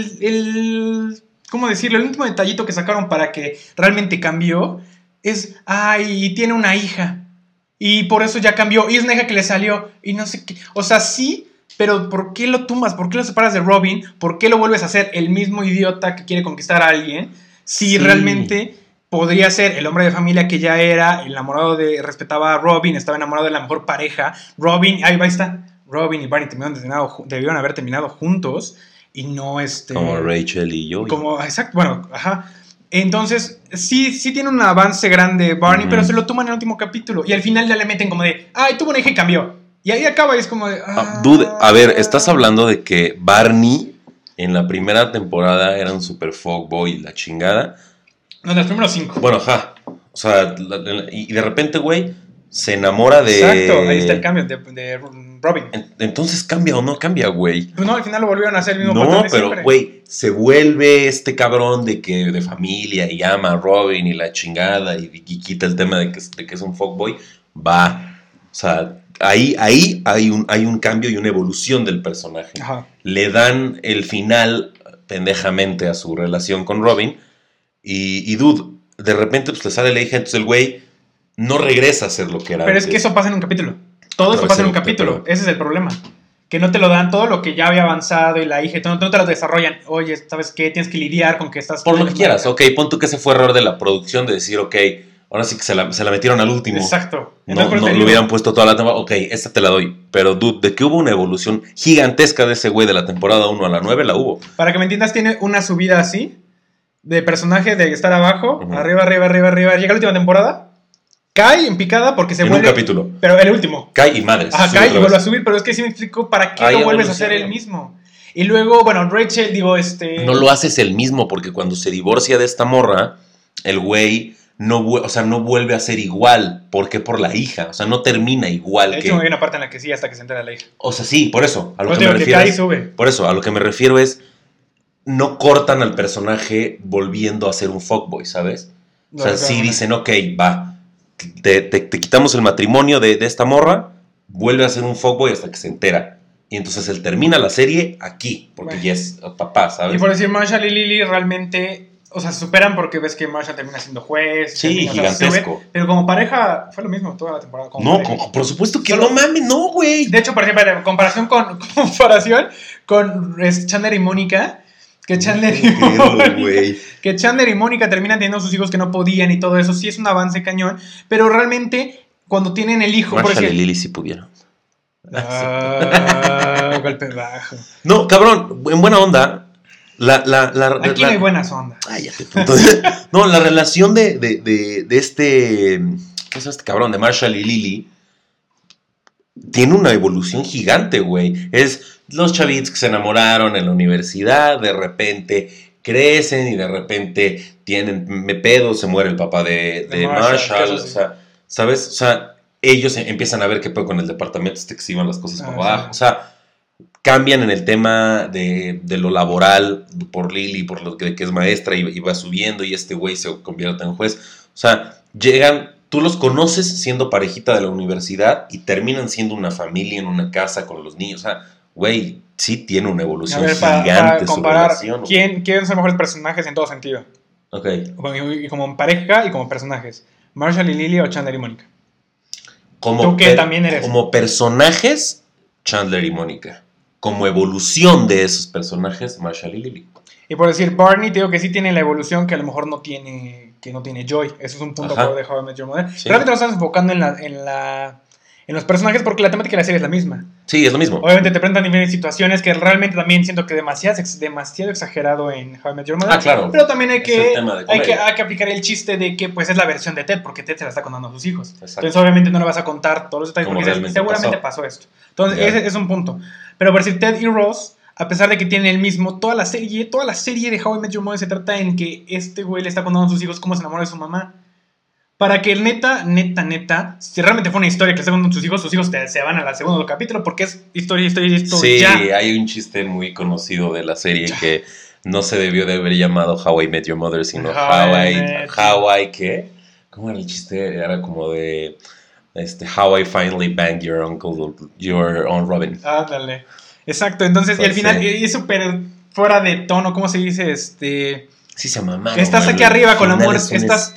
¿cómo decirlo? El último detallito que sacaron para que realmente cambió es, y tiene una hija. Y por eso ya cambió. Y es una hija que le salió. Y no sé qué. O sea, sí, pero ¿por qué lo tumbas? ¿Por qué lo separas de Robin? ¿Por qué lo vuelves a hacer el mismo idiota que quiere conquistar a alguien? Si realmente podría ser el hombre de familia que ya era, respetaba a Robin, estaba enamorado de la mejor pareja. Robin, ahí está. Robin y Barney debieron haber terminado juntos. Y no como Rachel y yo. Exacto, bueno, ajá. Entonces, sí tiene un avance grande Barney, pero se lo toman en el último capítulo. Y al final ya le meten como de, tuvo una hija y cambió. Y ahí acaba y es como de, Dude, a ver, estás hablando de que Barney en la primera temporada era un super fuckboy y la chingada. No, de los primeros 5. Bueno, ajá. O sea, y de repente, güey, se enamora de... Exacto, ahí está el cambio de Robin. Entonces, ¿cambia o no cambia, güey? Pues no, al final lo volvieron a hacer el mismo patrón No, de pero, siempre. güey, se vuelve este cabrón de familia y ama a Robin y la chingada y quita el tema de que es un fuckboy. Va. O sea, ahí hay un cambio y una evolución del personaje. Ajá. Le dan el final pendejamente a su relación con Robin y dude, de repente pues le sale la hija, entonces el güey no regresa a ser lo que era Pero antes. es que eso pasa en un capítulo. Todo eso pasa en un capítulo. Ese es el problema. Que no te lo dan todo lo que ya había avanzado y la hija, no te lo desarrollan. Oye, ¿sabes qué? Tienes que lidiar con que estás... Por lo que quieras, ok, pon tú que ese fue error de la producción de decir, ok, ahora sí que se la metieron al último. Exacto. No lo hubieran puesto toda la temporada. Ok, esta te la doy. Pero, dude, de que hubo una evolución gigantesca de ese güey de la temporada 1 a la 9, la hubo. Para que me entiendas, tiene una subida así, de personaje de estar abajo, Uh-huh. arriba. Llega la última temporada, cae en picada porque se vuelve... En un capítulo. Pero el último. Cae y madres. Ajá, cae y vuelve a subir, pero es que sí me explico para qué lo vuelves a hacer el mismo. Y luego, bueno, Rachel, No lo haces el mismo porque cuando se divorcia de esta morra, el güey... no vuelve a ser igual. ¿Por qué? Por la hija. O sea, no termina igual. De hecho, hay una parte en la que sí, hasta que se entera la hija. O sea, sí, por eso. A lo pues que me refiero. Cae y sube. Por eso, a lo que me refiero es. No cortan al personaje volviendo a ser un fuckboy, ¿sabes? O sea, sí dicen, ok, va. Te quitamos el matrimonio de esta morra. Vuelve a ser un fuckboy hasta que se entera. Y entonces él termina la serie aquí. Porque ya es papá, ¿sabes? Y por decir, Marshall y Lily realmente. O sea, se superan porque ves que Marshall termina siendo juez. Sí, gigantesco. Pero como pareja, fue lo mismo toda la temporada. Por supuesto que no mames, no, güey. De hecho, por ejemplo, en comparación con Chandler y Mónica, que Chandler y Mónica terminan teniendo sus hijos que no podían y todo eso, sí es un avance cañón. Pero realmente, cuando tienen el hijo... Marshall y Lily sí pudieron. Golpe bajo. No, cabrón, en buena onda... Aquí no hay buenas ondas. Cállate, puto. No, la relación de este... ¿Qué es este cabrón? De Marshall y Lily. Tiene una evolución gigante, güey. Es los chavitos que se enamoraron en la universidad. De repente crecen y de repente tienen pedos. Se muere el papá de Marshall. O sea, ¿sabes? O sea, ellos empiezan a ver qué pedo con el departamento que se iban las cosas para abajo. O sea... Cambian en el tema de lo laboral por Lily, por lo que es maestra y va subiendo y este güey se convierte en juez. O sea, llegan, tú los conoces siendo parejita de la universidad y terminan siendo una familia en una casa con los niños. O sea, güey, sí tiene una evolución gigante para comparar, su relación. ¿quién son los mejores personajes en todo sentido? Ok. Y como pareja y como personajes. ¿Marshall y Lily o Chandler y Mónica? Tú que también eres. Como personajes, Chandler y Mónica. Como evolución de esos personajes, Marshall y Lily. Y por decir, Barney, te digo que sí tiene la evolución que a lo mejor no tiene Joy. Eso es un punto que dejaba de How I Met Your Mother. Sí. Realmente lo estás enfocando en en los personajes porque la temática de la serie es la misma. Sí, es lo mismo. Obviamente te presentan diferentes situaciones que realmente también siento que demasiado exagerado en How I Met Your Mother. Claro. Pero también hay que aplicar el chiste de que pues es la versión de Ted, porque Ted se la está contando a sus hijos. Exacto. Entonces obviamente no le vas a contar todos los detalles Como porque seguramente pasó esto. Entonces ese es un punto. Pero por decir, Ted y Ross, a pesar de que tienen el mismo, toda la serie de How I Met Your Mother se trata en que este güey le está contando a sus hijos cómo se enamora de su mamá. Para que neta, si realmente fue una historia que le está contando a sus hijos se van al segundo capítulo porque es historia, sí, ya. Hay un chiste muy conocido de la serie que no se debió de haber llamado How I Met Your Mother, sino How I ¿qué? ¿Cómo era el chiste? Era como de How I Finally Banged Your Uncle, Your Own Robin. Ándale. Exacto, entonces, y al final es súper fuera de tono, ¿cómo se dice? Sí se llama. Estás aquí arriba con la muerte.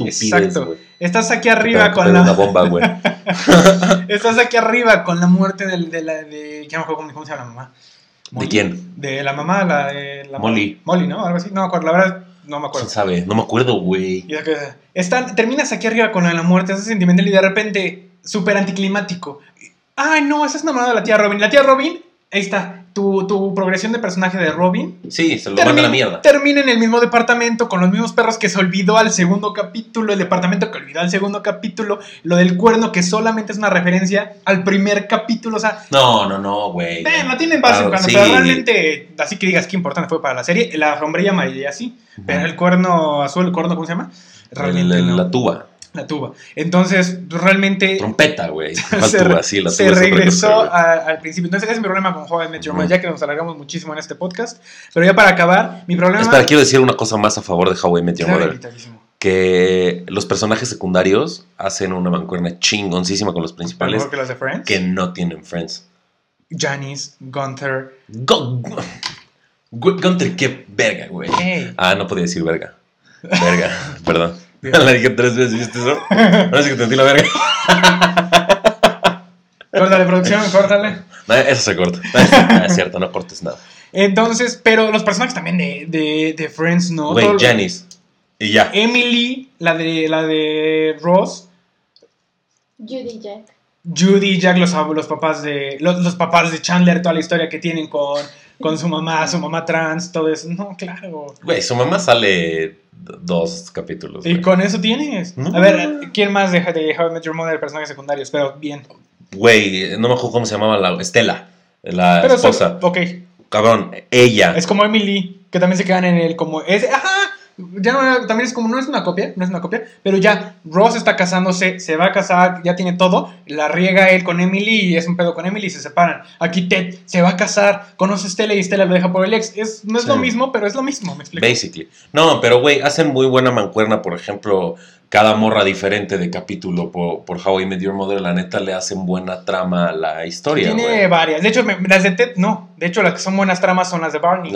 Estás aquí arriba con la. Una bomba, güey. Estás aquí arriba con la muerte de ¿qué me acuerdo cómo se llama la mamá? ¿De quién? De la mamá, la Molly. Molly, ¿no? Algo así. No me acuerdo, la verdad, no me acuerdo. ¿Quién sabe? No me acuerdo, güey. Terminas aquí arriba con la muerte, ese sentimental y de repente, súper anticlimático. Ay, no, esa es enamorada de la tía Robin. La tía Robin, ahí está. Tu progresión de personaje de Robin. Sí, se lo manda a la mierda. Termina en el mismo departamento con los mismos perros que se olvidó al segundo capítulo. El departamento que olvidó al segundo capítulo. Lo del cuerno que solamente es una referencia al primer capítulo. O sea. No, güey. No tienen base, pero realmente, así que digas qué importante fue para la serie. La sombrilla amarilla sí. Pero el cuerno azul, ¿cómo se llama? Realmente no. La tuba. La tuba. Entonces, realmente. Trompeta, güey. Se regresó al principio. Entonces, ese es mi problema con How I Met Your Mother, ya que nos alargamos muchísimo en este podcast. Pero ya para acabar, mi problema. Espera, quiero decir una cosa más a favor de How I Met Your Mother. Que los personajes secundarios hacen una mancuerna chingoncísima con los principales. Mejor que los de Friends. Que no tienen Friends. Janice, Gunther. Gunther, qué verga, güey. Hey. No podía decir verga. Verga, perdón. La dije 3 veces, ¿viste eso? No sé que te metí la verga. Córtale, producción, córtale. Eso se corta. Es cierto, no cortes nada. Entonces, pero los personajes también de Friends, ¿no? Güey, Janice. Y ya. Emily, la de Ross. Judy y Jack, los papás de Chandler, toda la historia que tienen con su mamá trans, todo eso. No, claro. Güey, su mamá sale 2 capítulos. Y güey. Con eso tienes. A ver, ¿quién más de How I Met Your Mother, personajes secundarios? Pero bien. Güey, no me acuerdo cómo se llamaba Estela, la esposa. Ok. Cabrón, ella. Es como Emily, que también se quedan en el como... Ya no, también es como, no es una copia, pero ya Ross está casándose, se va a casar, ya tiene todo, la riega él con Emily y es un pedo con Emily y se separan. Aquí Ted se va a casar, conoce a Stella y Stella lo deja por el ex. No es lo mismo, pero es lo mismo, me explico. Basically. No, pero güey, hacen muy buena mancuerna, por ejemplo, cada morra diferente de capítulo por How I Met Your Mother, la neta le hacen buena trama a la historia. Tiene varias, de hecho las de Ted no, de hecho las que son buenas tramas son las de Barney.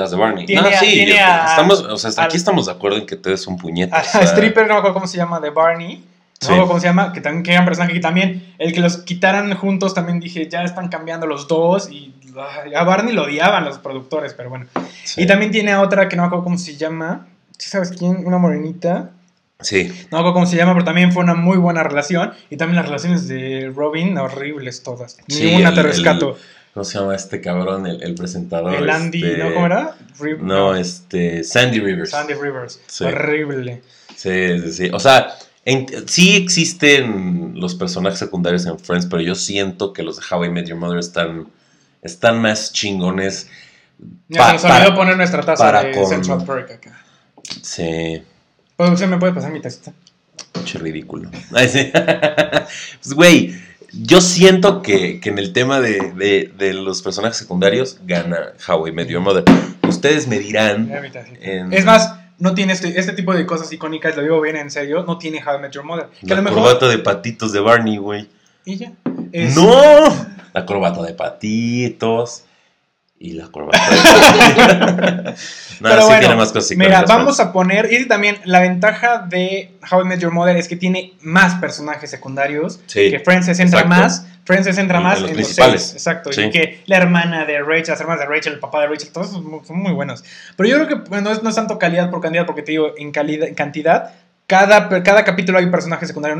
Aquí estamos de acuerdo en que Ted es un puñete. A Stripper, no me acuerdo cómo se llama, de Barney. No me acuerdo cómo se llama, que también era un personaje que también, el que los quitaran juntos, también dije, ya están cambiando los dos. Y a Barney lo odiaban los productores, pero bueno. Sí. Y también tiene a otra que no me acuerdo cómo se llama. ¿Sí sabes quién? Una morenita. Sí. No me acuerdo cómo se llama, pero también fue una muy buena relación. Y también las relaciones de Robin, horribles todas. Ninguna te rescato. ¿Cómo se llama este cabrón? El presentador. El Andy, ¿no? ¿Cómo era? Sandy Rivers. Sandy Rivers. Sí. Horrible. Sí. O sea, sí existen los personajes secundarios en Friends, pero yo siento que los de How I Met Your Mother están más chingones. Ya se nos olvidó poner nuestra taza de Central Perk acá. Sí. ¿Usted me puede pasar mi tacita? Pinche ridículo. Pues, güey, yo siento que en el tema de los personajes secundarios gana How I Met Your Mother. Ustedes me dirán. Es más, no tiene este tipo de cosas icónicas, lo digo bien en serio, no tiene How I Met Your Mother. La corbata de patitos de Barney, güey. ¿Y ya? ¡No! La corbata de patitos. Y la corbata de no, pero sí bueno, tiene más cosas. Mira, vamos a poner. Y también la ventaja de How I Met Your Mother es que tiene más personajes secundarios. Sí, que Friends se centra más. Friends se centra más en los principales. 6, exacto. Sí. Y que la hermana de Rachel, las hermanas de Rachel, el papá de Rachel, todos son muy buenos. Pero yo creo que no es tanto calidad por cantidad, porque te digo, en cantidad, cada capítulo hay un personaje secundario nuevo.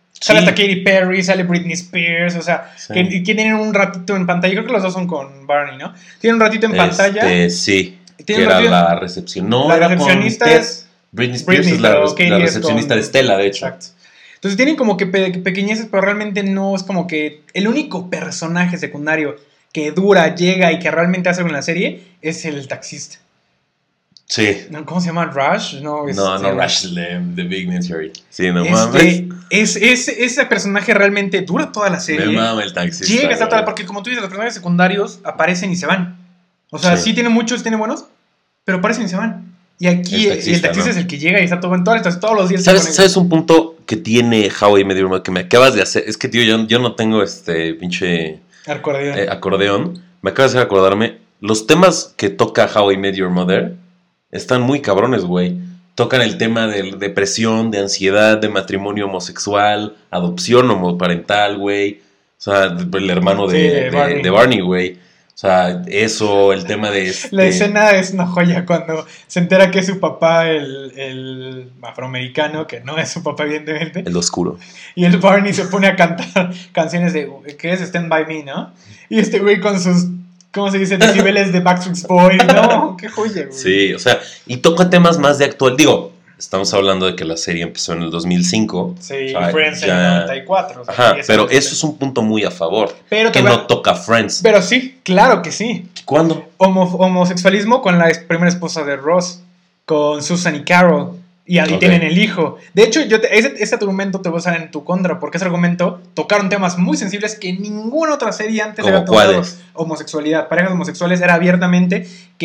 Sale hasta Katy Perry, sale Britney Spears, o sea, que tienen un ratito en pantalla. Creo que los dos son con Barney, ¿no? Tienen un ratito en pantalla. Sí, que era la recepción. No, la recepcionista es Britney Spears, es la recepcionista de Stella, de hecho. Exacto. Entonces tienen como que pequeñeces, pero realmente no es como que el único personaje secundario que dura, llega y que realmente hace algo en la serie es el taxista. Sí. ¿Cómo se llama? ¿Rush? No, Rush, The Big Man Theory. Sí, no mames. Ese personaje realmente dura toda la serie. Me mama el taxista. Llega hasta toda, porque como tú dices, los personajes secundarios aparecen y se van. O sea, sí tiene muchos, tiene buenos, pero aparecen y se van. Y aquí el taxista es el que llega y está todo en todos los días. ¿Sabes un punto que tiene How I Met Your Mother que me acabas de hacer? Es que, tío, yo no tengo pinche acordeón. Me acabas de hacer acordarme. Los temas que toca How I Met Your Mother están muy cabrones, güey. Tocan el tema de depresión, de ansiedad, de matrimonio homosexual, adopción homoparental, güey. O sea, el hermano de Barney, güey. O sea, eso, el tema de... La escena es una joya cuando se entera que es su papá, el afroamericano, que no es su papá, evidentemente. El oscuro. Y el Barney se pone a cantar canciones de... ¿Qué es? Stand By Me, ¿no? Y este güey con sus... ¿Cómo se dice? Decibeles de Backstreet Boys. No, qué joya, güey. Sí, o sea, y toca temas más de actual. Digo, estamos hablando de que la serie empezó en el 2005. Sí, o sea, Friends en el 94. O sea, ajá, pero eso es un punto muy a favor. Pero que no toca Friends. Pero sí, claro que sí. ¿Cuándo? Homosexualismo con la primera esposa de Ross, con Susan y Carol. Y tienen el hijo. De hecho, ese argumento te voy a usar en tu contra, porque ese argumento tocaron temas muy sensibles que ninguna otra serie antes había tocado. ¿Cuáles? Homosexualidad, parejas homosexuales, era abiertamente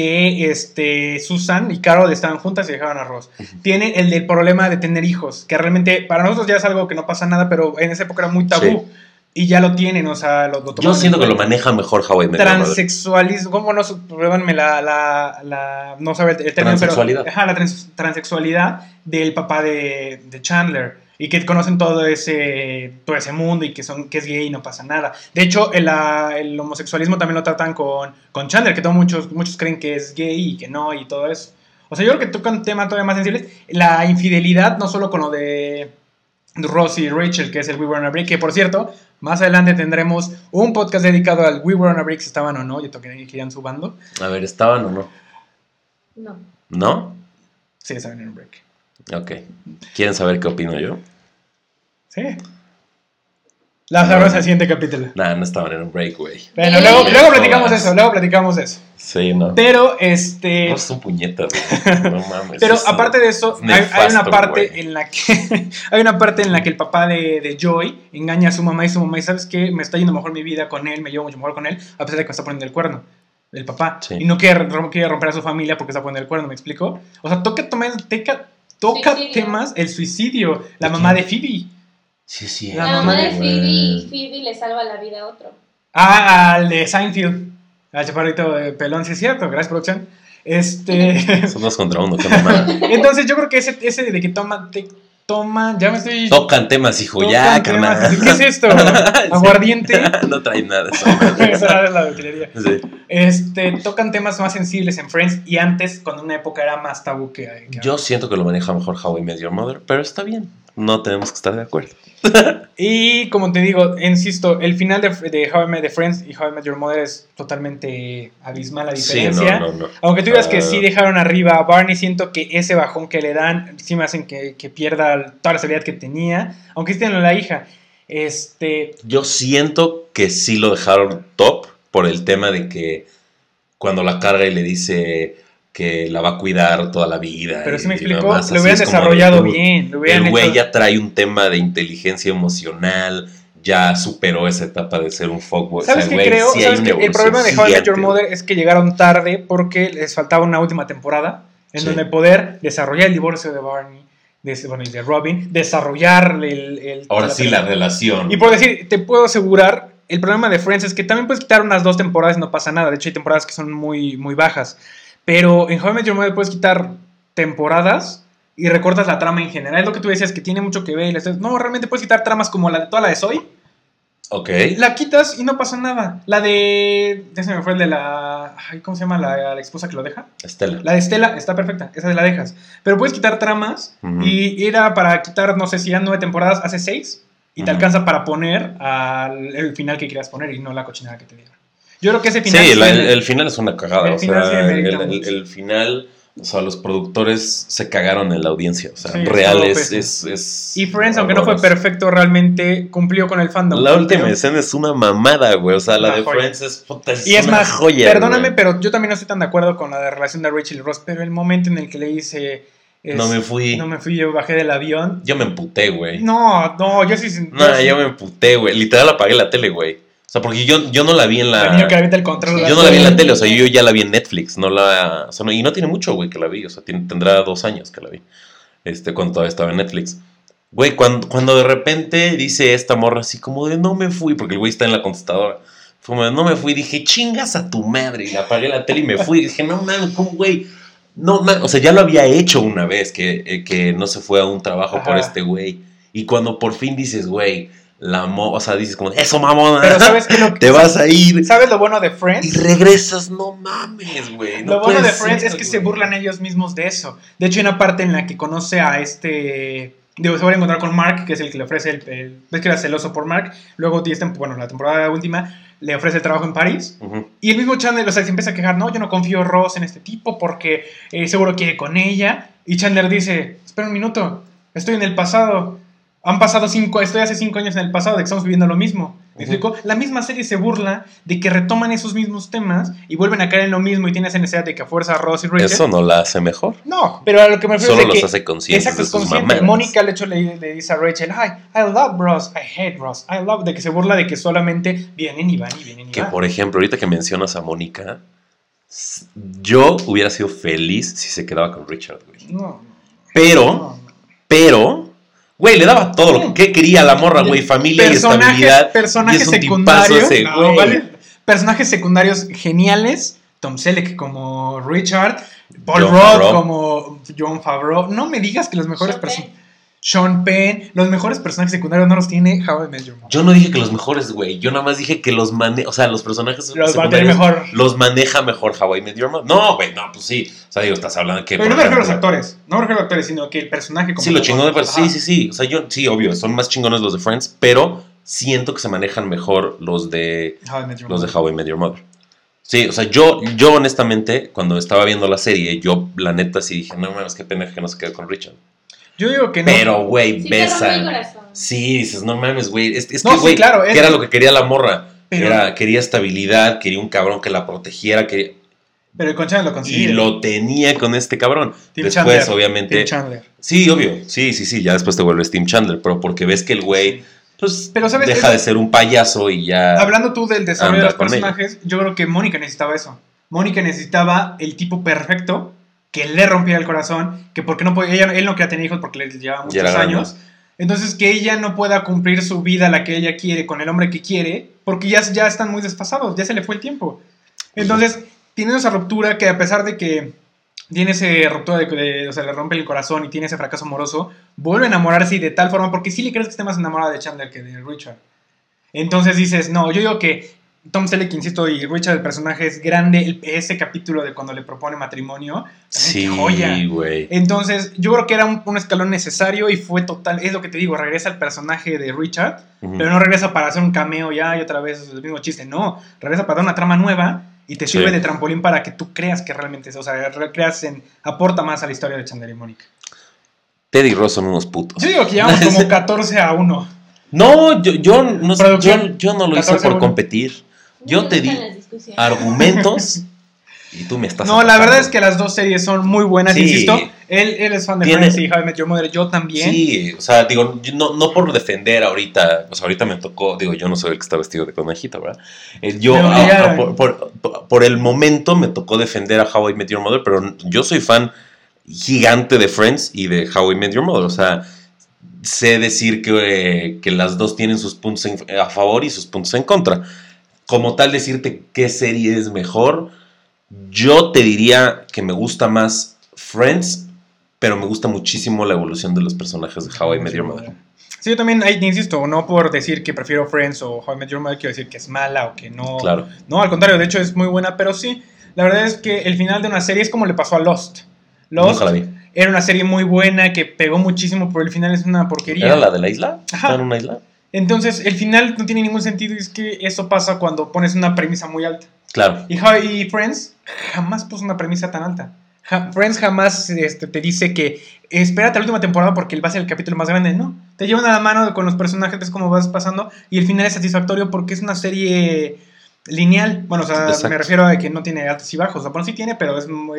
que Susan y Carol estaban juntas y dejaban a Ross. Tiene el del problema de tener hijos, que realmente para nosotros ya es algo que no pasa nada, pero en esa época era muy tabú. Sí. Y ya lo tienen, o sea, lo toman. Yo siento que lo maneja mejor How I Met Your Mother. Transexualismo, ¿cómo no? Pruébanme no sabe el término, transexualidad. Pero la transexualidad del papá de Chandler. Y que conocen todo ese mundo y que es gay y no pasa nada. De hecho, el homosexualismo también lo tratan con Chandler, que muchos creen que es gay y que no, y todo eso. O sea, yo creo que tocan temas todavía más sensibles. La infidelidad, no solo con lo de Ross y Rachel, que es el We Were on a Break, que por cierto, más adelante tendremos un podcast dedicado al We Were on a Break, si estaban o no, yo toqué que irían subando. A ver, ¿estaban o no? No. ¿No? Sí, estaban en un break. Ok. ¿Quieren saber qué opino yo? Sí. La sabrás al siguiente capítulo. Nah, no estaban en un break, güey. Bueno, luego platicamos eso, Sí, ¿no? Pero, No son puñetas, güey. No mames. Pero aparte de eso, hay una parte en la que hay una parte en la que el papá de Joy engaña a su mamá y ¿sabes qué? Me está yendo mejor mi vida con él, me llevo mucho mejor con él, a pesar de que me está poniendo el cuerno. El papá. Sí. Y no quiere romper a su familia porque está poniendo el cuerno, ¿me explico? O sea, toca temas, el suicidio, la mamá de Phoebe. Sí. La mamá de Phoebe le salva la vida a otro. Al de Seinfeld. Al chaparrito pelón, sí es cierto. Gracias, producción. Son 2 contra 1, qué mamada. Entonces yo creo que ese de que toma, ya me estoy... Tocan temas, hijo, ya, carnal. ¿Qué es esto? ¿Aguardiente? No trae nada. Eso era la utilería. Sí. Tocan temas más sensibles en Friends y antes, cuando una época era más tabú que yo siento que lo maneja mejor How I Met Your Mother, pero está bien. No tenemos que estar de acuerdo. Y como te digo, insisto, el final de How I Met Friends y How I Met Your Mother es totalmente abismal la diferencia. Sí, no. Aunque tú digas que sí dejaron arriba a Barney, siento que ese bajón que le dan sí me hacen que pierda toda la seriedad que tenía. Aunque esté en la hija. Yo siento que sí lo dejaron top por el tema de que cuando la carga y le dice que la va a cuidar toda la vida. Pero sí me explicó, lo hubieran desarrollado bien. El güey ya trae un tema de inteligencia emocional, ya superó esa etapa de ser un fuckboy. ¿Sabes qué creo? Sí, ¿sabes que el problema de How I Met Your Mother es que llegaron tarde porque les faltaba una última temporada en donde poder desarrollar el divorcio de Barney, de Robin, desarrollar ahora sí la relación. Y por decir, te puedo asegurar, el problema de Friends es que también puedes quitar unas 2 temporadas y no pasa nada. De hecho hay temporadas que son muy, muy bajas. Pero en How I Met Your Mother puedes quitar temporadas y recortas la trama en general. Es lo que tú decías, que tiene mucho que ver. No, realmente puedes quitar tramas como toda la de Zoe. Ok. La quitas y no pasa nada. La de... Ya se me fue el de la... ¿Cómo se llama la esposa que lo deja? Estela. La de Estela está perfecta. Esa la dejas. Pero puedes quitar tramas y era para quitar, no sé si ya 9 temporadas, hace 6. y te alcanza para poner el final que quieras poner y no la cochinada que te dieron. Yo creo que ese final... Sí, el final es una cagada. El final, o sea, los productores se cagaron en la audiencia. O sea, sí, real es... Y Friends, aunque no fue perfecto, realmente cumplió con el fandom. La última escena es una mamada, güey. O sea, la de Friends es más, joya. Perdóname, güey. Pero yo también no estoy tan de acuerdo con la relación de Rachel y Ross. Pero el momento en el que le dice... no me fui, yo bajé del avión. Yo me emputé, güey. No, yo sí... Yo me emputé, güey. Literal apagué la tele, güey. O sea, porque yo no la vi en la... Yo no la vi en la tele, o sea, yo ya la vi en Netflix. Y no tiene mucho, güey, que la vi. O sea, tendrá 2 años que la vi. Cuando todavía estaba en Netflix. Güey, cuando de repente dice esta morra así como de no me fui, porque el güey está en la contestadora. Fue como de no me fui, dije, chingas a tu madre. Y apagué la tele y me fui. Y dije, no mames, ¿cómo, güey? No, o sea, ya lo había hecho una vez que no se fue a un trabajo por este güey. Y cuando por fin dices, güey, o sea, dices como, eso mamona. Pero ¿sabes qué? Te vas a ir. ¿Sabes lo bueno de Friends? Y regresas, no mames, güey. Lo bueno de Friends es que se burlan ellos mismos de eso. De hecho, hay una parte en la que conoce a se va a encontrar con Mark, que es el que le ofrece ves que era celoso por Mark. Luego, la temporada última, le ofrece el trabajo en París. Uh-huh. Y el mismo Chandler, o sea, se empieza a quejar, no, yo no confío Ross en este tipo porque seguro quiere con ella. Y Chandler dice, espera un minuto, estoy en el pasado. Estoy hace 5 años en el pasado de que estamos viviendo lo mismo. ¿Me explico? La misma serie se burla de que retoman esos mismos temas y vuelven a caer en lo mismo y tiene esa necesidad de que a fuerza Ross y Rachel. Eso no la hace mejor. No, pero a lo que me refiero solo es de que... los hace conscientes. Exacto, es consciente. Mónica, de hecho, le dice a Rachel, I love Ross, I hate Ross, I love... De que se burla de que solamente vienen y van y vienen y van. Que, por ejemplo, ahorita que mencionas a Mónica, yo hubiera sido feliz si se quedaba con Richard, güey. No. Pero... Güey, le daba todo lo que quería la morra, güey. Familia y estabilidad. Personajes secundarios. Personajes secundarios geniales. Tom Selleck como Richard. Paul Rudd como Jon Favreau. No me digas que los mejores personajes... Sean Penn. Los mejores personajes secundarios no los tiene How I Met Your Mother. Yo no dije que los mejores, güey. Yo nada más dije que los o sea, los personajes secundarios los maneja mejor How I Met Your Mother. No, güey, no, pues sí. O sea, digo, estás hablando que... Pero no me refiero a los actores. No me refiero a los actores, sino que el personaje... Sí, lo chingón de... Sí. O sea, sí, obvio. Son más chingones los de Friends, pero siento que se manejan mejor los de How I Met Your Mother. Sí, o sea, yo honestamente, cuando estaba viendo la serie, yo la neta sí dije, no mames, qué pena que no se quede con Richard. Yo digo que no. Pero, güey, sí, besa. Sí, dices, no mames, güey. Es que, güey, claro, que era lo que quería la morra. Quería estabilidad, quería un cabrón que la protegiera. Pero el Chandler lo consiguió. Y lo tenía con este cabrón. Tim después, Chandler, obviamente. Tim Chandler. Sí, obvio. Sí. Ya después te vuelves Tim Chandler. Pero porque ves que el güey, pues, pero, ¿sabes? Deja de ser un payaso y ya. Hablando tú del desarrollo de los personajes, yo creo que Mónica necesitaba eso. Mónica necesitaba el tipo perfecto que le rompiera el corazón, que porque no podía, él no quería tener hijos porque le llevaba muchos años. Entonces, que ella no pueda cumplir su vida, la que ella quiere, con el hombre que quiere, porque ya están muy desfasados, ya se le fue el tiempo. Entonces, tiene esa ruptura que a pesar de que tiene esa ruptura o sea, le rompe el corazón y tiene ese fracaso amoroso, vuelve a enamorarse y de tal forma, porque sí le crees que esté más enamorada de Chandler que de Richard. Entonces dices, no, yo digo que Tom Selleck, insisto, y Richard, el personaje es grande. Ese capítulo de cuando le propone matrimonio, sí, joya. Güey. Entonces, yo creo que era un escalón necesario y fue total. Es lo que te digo, regresa el personaje de Richard, pero no regresa para hacer un cameo ya y otra vez el mismo chiste. No, regresa para dar una trama nueva y te sirve de trampolín para que tú creas que realmente es. O sea, aporta más a la historia de Chandler y Mónica. Ted y Ross son unos putos. Yo digo que llevamos como 14-1. No, yo no lo hice por competir. Yo te di argumentos y tú me estás atacando. La verdad es que las dos series son muy buenas, insisto. Él es fan de Friends y How I Met Your Mother, yo también. Sí, o sea, digo, no por defender ahorita, o sea, ahorita me tocó, digo, yo no soy el que está vestido de conejito, ¿verdad? Por el momento me tocó defender a How I Met Your Mother, pero yo soy fan gigante de Friends y de How I Met Your Mother, o sea, sé decir que las dos tienen sus puntos a favor y sus puntos en contra. Como tal, decirte qué serie es mejor, yo te diría que me gusta más Friends, pero me gusta muchísimo la evolución de los personajes de How I Met Your Mother. Sí, yo también, insisto, no por decir que prefiero Friends o How I Met Your Mother, quiero decir que es mala o que no. Claro. No, al contrario, de hecho es muy buena, pero sí, la verdad es que el final de una serie es como le pasó a Lost. Lost era una serie muy buena que pegó muchísimo, pero el final es una porquería. ¿Era la de la isla? Ajá. ¿Está en una isla? Entonces, el final no tiene ningún sentido y es que eso pasa cuando pones una premisa muy alta. Claro. Y Friends jamás puso una premisa tan alta. Friends jamás te dice que espérate la última temporada porque va a ser el capítulo más grande, ¿no? Te llevan a la mano con los personajes, ves cómo vas pasando y el final es satisfactorio porque es una serie lineal. Bueno, o sea, exacto, me refiero a que no tiene altos y bajos. O sea, bueno, sí tiene, pero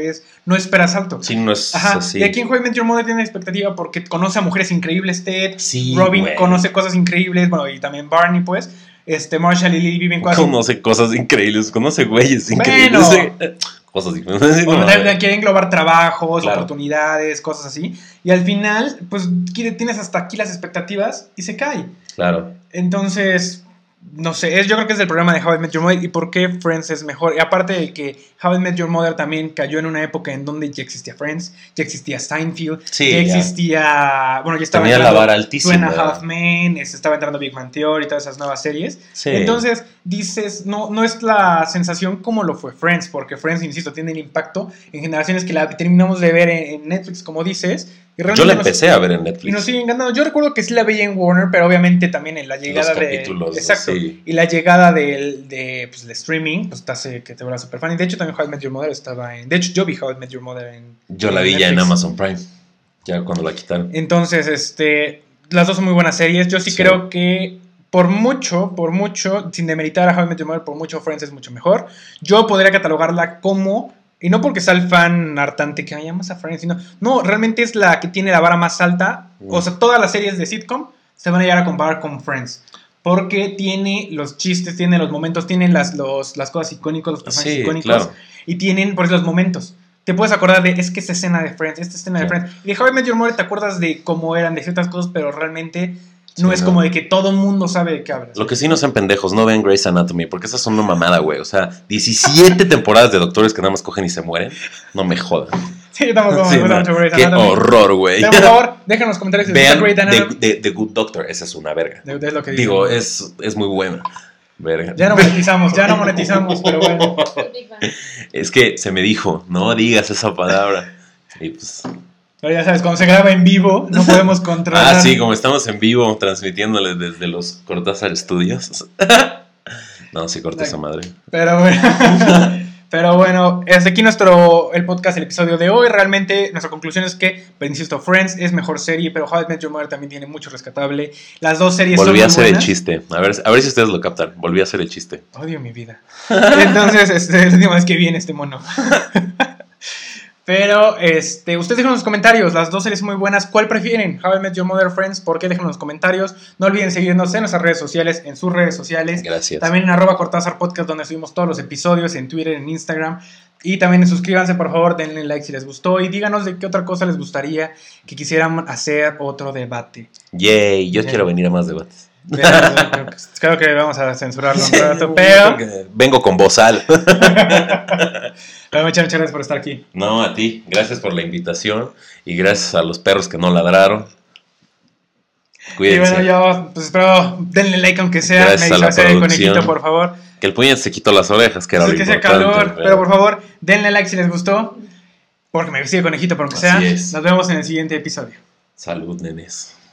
no esperas alto. Sí, no es así. Y aquí en How I Met Your Mother tiene expectativa porque conoce a mujeres increíbles, Ted, sí, Robin conoce cosas increíbles, bueno, y también Barney, pues. Marshall y Lily viven cosas. Conoce cosas increíbles, conoce güeyes increíbles. Bueno, cosas diferentes. Quiere englobar trabajos, claro, oportunidades, cosas así. Y al final, pues tienes hasta aquí las expectativas y se cae. Claro. Entonces, no sé, yo creo que es el problema de How I Met Your Mother y por qué Friends es mejor. Y aparte de que How I Met Your Mother también cayó en una época en donde ya existía Friends, ya existía Seinfeld, sí, ya existía... Bueno, ya estaba tenía la vara altísima. 2.5 Men, estaba entrando Big Bang Theory y todas esas nuevas series. Sí. Entonces, dices, no es la sensación como lo fue Friends, porque Friends, insisto, tiene el impacto en generaciones que la terminamos de ver en Netflix, como dices. Yo la empecé a ver en Netflix. Y nos siguen ganando. Yo recuerdo que sí la veía en Warner, pero obviamente también en la llegada los capítulos, exacto. Sí. Y la llegada del streaming, pues te hace que te vuelvas super fan. Y de hecho también How I Met Your Mother estaba en... De hecho yo vi How I Met Your Mother en... Yo la vi ya en Amazon Prime, ya cuando la quitaron. Entonces, las dos son muy buenas series. Yo sí creo que por mucho, sin demeritar a How I Met Your Mother, por mucho Friends es mucho mejor. Yo podría catalogarla como... Y no porque sea el fan hartante que amas a Friends, sino... No, realmente es la que tiene la vara más alta. O sea, todas las series de sitcom se van a llegar a comparar con Friends. Porque tiene los chistes, tiene los momentos, tienen las cosas icónicas, los personajes icónicos. Claro. Y tienen, por eso, los momentos. Te puedes acordar de, es que esta escena de Friends, esta escena de Friends. Y de How I Met Your Mother te acuerdas de cómo eran, de ciertas cosas, pero realmente... No es como de que todo mundo sabe de qué hablas. Lo que sí no sean pendejos, no vean Grey's Anatomy, porque esas son una mamada, güey. O sea, 17 temporadas de doctores que nada más cogen y se mueren. No me jodan. Sí, estamos como mucho Grey's Anatomy. Qué horror, güey. Pero por favor, dejen en los comentarios si vean Grey's Anatomy. The Good Doctor, esa es una verga. Es lo que digo, es muy buena. Verga. Ya no monetizamos, pero bueno. Es que se me dijo, no digas esa palabra. Y pues... Pero ya sabes, cuando se graba en vivo, no podemos controlar. Sí, como estamos en vivo transmitiéndole desde los Cortázar Studios. No, sí corta esa madre. Pero bueno, hasta aquí el podcast, el episodio de hoy. Realmente nuestra conclusión es que, pero insisto, Friends es mejor serie, pero How I Met Your Mother también tiene mucho rescatable. Las dos series Volví son a hacer buenas. El chiste. A ver si ustedes lo captan. Volví a hacer el chiste. Odio mi vida. Entonces, es la última vez que viene este mono. Pero, ustedes dejen en los comentarios, las dos series muy buenas, ¿cuál prefieren? How I Met Your Mother, Friends, ¿por qué? Dejen en los comentarios. No olviden seguirnos en nuestras redes sociales, en sus redes sociales. Gracias. También en @Cortázar Podcast, donde subimos todos los episodios, en Twitter, en Instagram. Y también suscríbanse, por favor, denle like si les gustó. Y díganos de qué otra cosa les gustaría que quisieran hacer otro debate. Yay, yo quiero venir a más debates. Creo que vamos a censurarlo un rato, pero... Vengo con bozal. Pero muchas gracias por estar aquí. No, a ti. Gracias por la invitación. Y gracias a los perros que no ladraron. Cuídense. Y bueno, yo pues espero, denle like aunque sea. Gracias me a la el conejito, por favor. Que el puñet se quitó las orejas, que era lo importante. Que sea calor, pero por favor, denle like si les gustó. Porque me vestí de conejito, por aunque sea. Es. Nos vemos en el siguiente episodio. Salud, nenes.